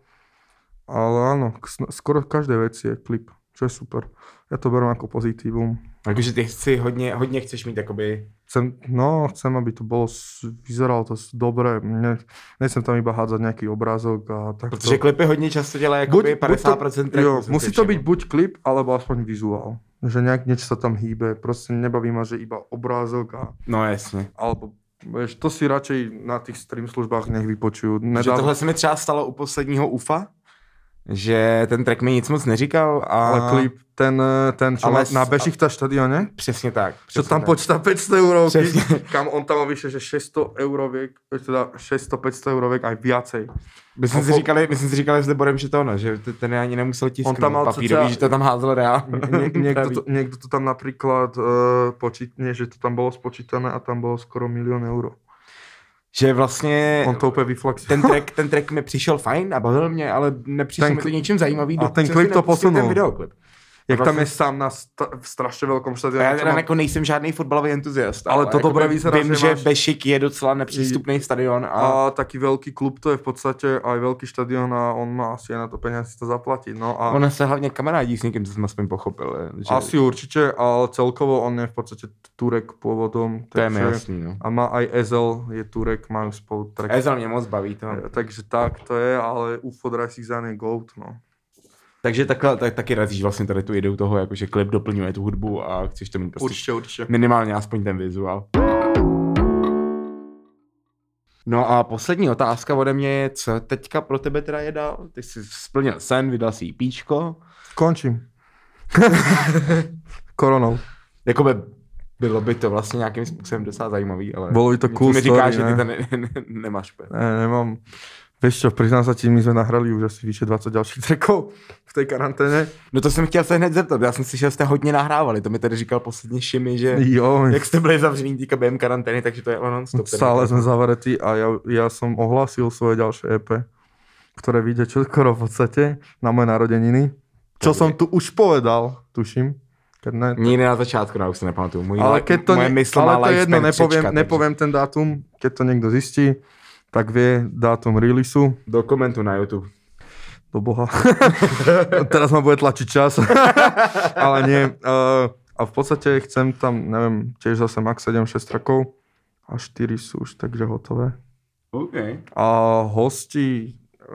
Speaker 2: Ale áno, skoro v každej veci je klip, čo je super. Ja to beriem ako pozitívum.
Speaker 1: Takže ty hodně chceš mít jakoby...
Speaker 2: Chcem, aby to bolo, vyzeralo to dobre. Nechcem tam iba hádzať nejaký obrázok a takto.
Speaker 1: Protože klipy hodně často dělají jakoby 50% tracku.
Speaker 2: Musí to byť buď klip, alebo aspoň vizuál. Že niečo sa tam hýbe. Proste nebaví ma, že iba obrázok a...
Speaker 1: No jasne.
Speaker 2: Alebo vieš, to si radšej na tých stream službách nech vypočujú.
Speaker 1: Že tohle se mi třeba stalo u posledního UFA, že ten track mi nic moc neříkal.
Speaker 2: Ale klip, ten čo ale na Bešikta štadióne?
Speaker 1: Přesně tak.
Speaker 2: Čo tam počíta 500 €, kam on tam vyše, že 600 €, teda 600-500 € aj viacej.
Speaker 1: My jsme si říkali s Liborem, že to ono, že ten ani nemusel tisknout papírový, že to tam házel reálně.
Speaker 2: Niekto to tam napríklad počítne, že to tam bolo spočítané a tam bolo skoro 1 000 000 €.
Speaker 1: Že vlastně
Speaker 2: on to úplně vyflexil.
Speaker 1: Ten track mi přišel fajn a bavil mě, ale nepřišel mi to ničím zajímavý.
Speaker 2: A ten klip to posunul.
Speaker 1: Ten videoklip.
Speaker 2: Jak tam je sám na strašně velkom štadionu.
Speaker 1: Já teda jako nejsem žádný fotbalový entuziast.
Speaker 2: Ale to
Speaker 1: jako
Speaker 2: dobré vyzerá,
Speaker 1: vím, že Bešik je docela nepřístupný stadion.
Speaker 2: A taký veľký klub to je v podstate aj veľký štadion a on má asi na to peniaze si to zaplatiť. No a
Speaker 1: on se hlavně kamarádí s někým, co jsem aspoň pochopil.
Speaker 2: Že... Asi určite, ale celkovo on je v podstate Turek pôvodom.
Speaker 1: To je mi jasný, no.
Speaker 2: A má aj Ezel, je Turek, majú spolu track.
Speaker 1: Ezel mě moc baví to.
Speaker 2: Takže tak to je, ale UFO Drasizan je GOAT, no.
Speaker 1: Takže taky razíš vlastně tady tu ideu toho, jakože klip doplňuje tu hudbu a chceš to mít prostě
Speaker 2: určitě.
Speaker 1: Minimálně aspoň ten vizuál. No a poslední otázka ode mě je, co teďka pro tebe teda je dál? Ty jsi splnil sen, vydal si EPčko.
Speaker 2: Končím. Koronou.
Speaker 1: Jakoby bylo by to vlastně nějakým způsobem docela zajímavý, ale...
Speaker 2: Bylo by to cool
Speaker 1: story, říkáš, že ty to nemáš.
Speaker 2: Ne, nemám. Vieš čo, priznám sa ti, my sme nahrali už asi vyše 20 ďalších trackov v tej karanténe.
Speaker 1: No to jsem chtěl se hned zeptat, já jsem slyšel, že jste hodně nahrávali, to mi tady říkal posledně Šimi, že jak jste byli zavřený týka během karantény, takže to je non-stop.
Speaker 2: Stále sme zavretí a ja som ohlásil svoje ďalšie EP, ktoré vyjde čoskoro v podstate na moje narodeniny. Čo som tu už povedal, tuším, Keď ne,
Speaker 1: Nikdy na začátku, už se nepamatuju.
Speaker 2: ale keď to,
Speaker 1: moje mysl má
Speaker 2: ale to je jedno,
Speaker 1: lifespan křečka,
Speaker 2: nepoviem ten dátum, keď to niekto zistí, tak vie dátum releaseu.
Speaker 1: Do komentu na YouTube.
Speaker 2: Do boha. Teraz ma bude tlačiť čas. Ale nie. A v podstate chcem tam, neviem, tiež zase max 7-6 trackov a 4 sú už takže hotové.
Speaker 1: OK.
Speaker 2: A hosti...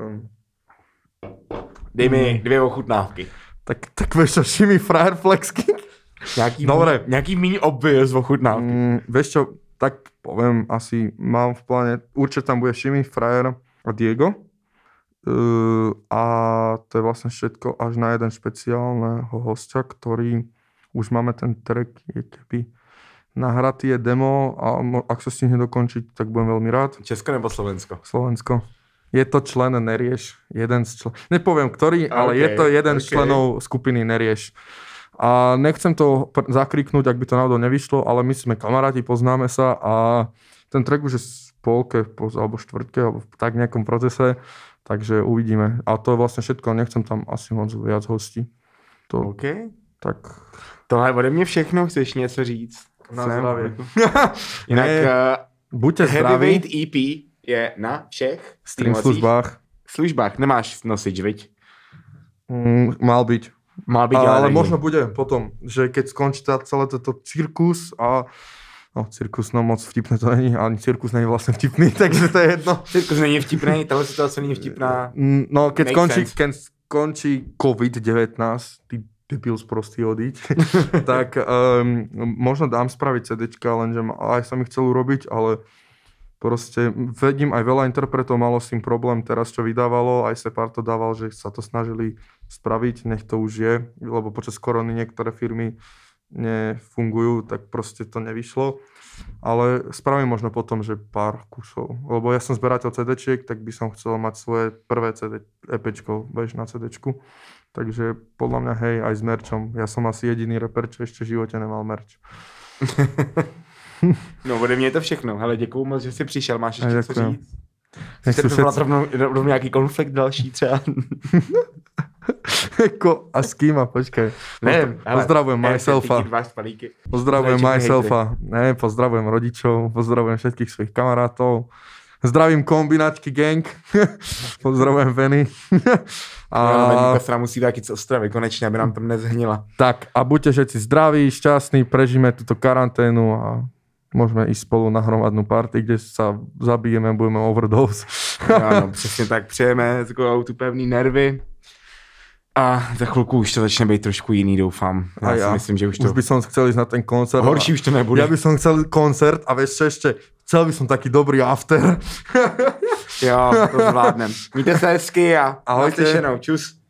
Speaker 1: Dej mi 2 ochutnávky.
Speaker 2: Tak vieš čo, Shimmy Fryer Flex King? Dobre.
Speaker 1: Nějaký míň obvious ochutnávky.
Speaker 2: Vieš čo, tak poviem, asi mám v pláne, určite tam bude Shimmy Fryer a Diego. A to je vlastne všetko až na jeden špeciálneho hostia, ktorý už máme ten track, je keby nahratý je demo a ak sa stihne dokončiť, tak budem veľmi rád.
Speaker 1: Česko nebo Slovensko?
Speaker 2: Slovensko. Je to člen Nerieš, jeden z členov. Nepoviem ktorý, ale je to jeden z členov skupiny Nerieš. A nechcem to zakriknúť, ak by to náhodou nevyšlo, ale my sme kamaráti, poznáme sa a ten track už je v polke alebo štvrtke, alebo v tak nejakom procese. Takže uvidíme. A to je vlastne všetko, nechcem tam asi moc viac hostí. To,
Speaker 1: OK.
Speaker 2: Tak.
Speaker 1: Tohle ode mě všechno, chceš něco říct?
Speaker 2: Na zdravie.
Speaker 1: Jinak
Speaker 2: buďte zdraví.
Speaker 1: Heavyweight EP je na všech
Speaker 2: Stream službách.
Speaker 1: Nemáš nosič, viď?
Speaker 2: Mal byť.
Speaker 1: Mal byť,
Speaker 2: ale možno bude potom, že keď skončí celé toto cirkus a cirkus, no moc vtipné to není, ani cirkus není vlastne vtipný, takže to je jedno.
Speaker 1: Cirkus není vtipný, tahle situace není vtipná.
Speaker 2: No, keď skončí COVID-19, ty debil sprostý odíď, tak možno dám spraviť CDčka, lenže aj som ich chcel urobiť, ale proste vedím aj veľa interpretov malo s tým problém teraz, čo vydávalo, aj Separ to dával, že sa to snažili spraviť, nech to už je, lebo počas korony niektoré firmy nefungujú, tak proste to nevyšlo. Ale spravím možno potom, že pár kusov. Lebo ja som zberateľ CD-čiek, tak by som chcel mať svoje prvé CD, EPčko, vieš, na CD-čku. Takže podľa mňa, hej, aj s merčom. Ja som asi jediný rapper, čo ešte v živote nemal merč.
Speaker 1: No, ode mě je to všechno. Hele, děkuju moc, že jsi přišel. Máš ještě něco říct?
Speaker 2: Chcete
Speaker 1: vyvolat rovnou nějaký konflikt další třeba?
Speaker 2: A s kým? Počkaj. Pozdravujem myselfa. Pozdravujem myselfa. Pozdravujem rodičov. Pozdravujem všetkých svojich kamarátov. Zdravím kombinačky gang. Pozdravujem Veny.
Speaker 1: A Petra musí taky z Ostravy, konečně, aby nám tam nezhnila.
Speaker 2: Tak a buďte všetci zdraví, šťastní, prežijeme túto karanténu a môžeme ísť spolu na hromadnú party, kde sa zabijeme, budeme overdose.
Speaker 1: Ano, přesně tak, přejeme tu pevný nervy. A za chvilku už to začne být trošku jiný, doufám. Já si myslím, že už to...
Speaker 2: Už by som chcel ísť na ten koncert.
Speaker 1: Horší už to nebude.
Speaker 2: Ja by som chcel koncert a vieš čo ešte? Chcel by som taký dobrý after.
Speaker 1: Jo, to zvládnem. Mějte se hezky a
Speaker 2: ahojte.
Speaker 1: naslyšenou. Čus.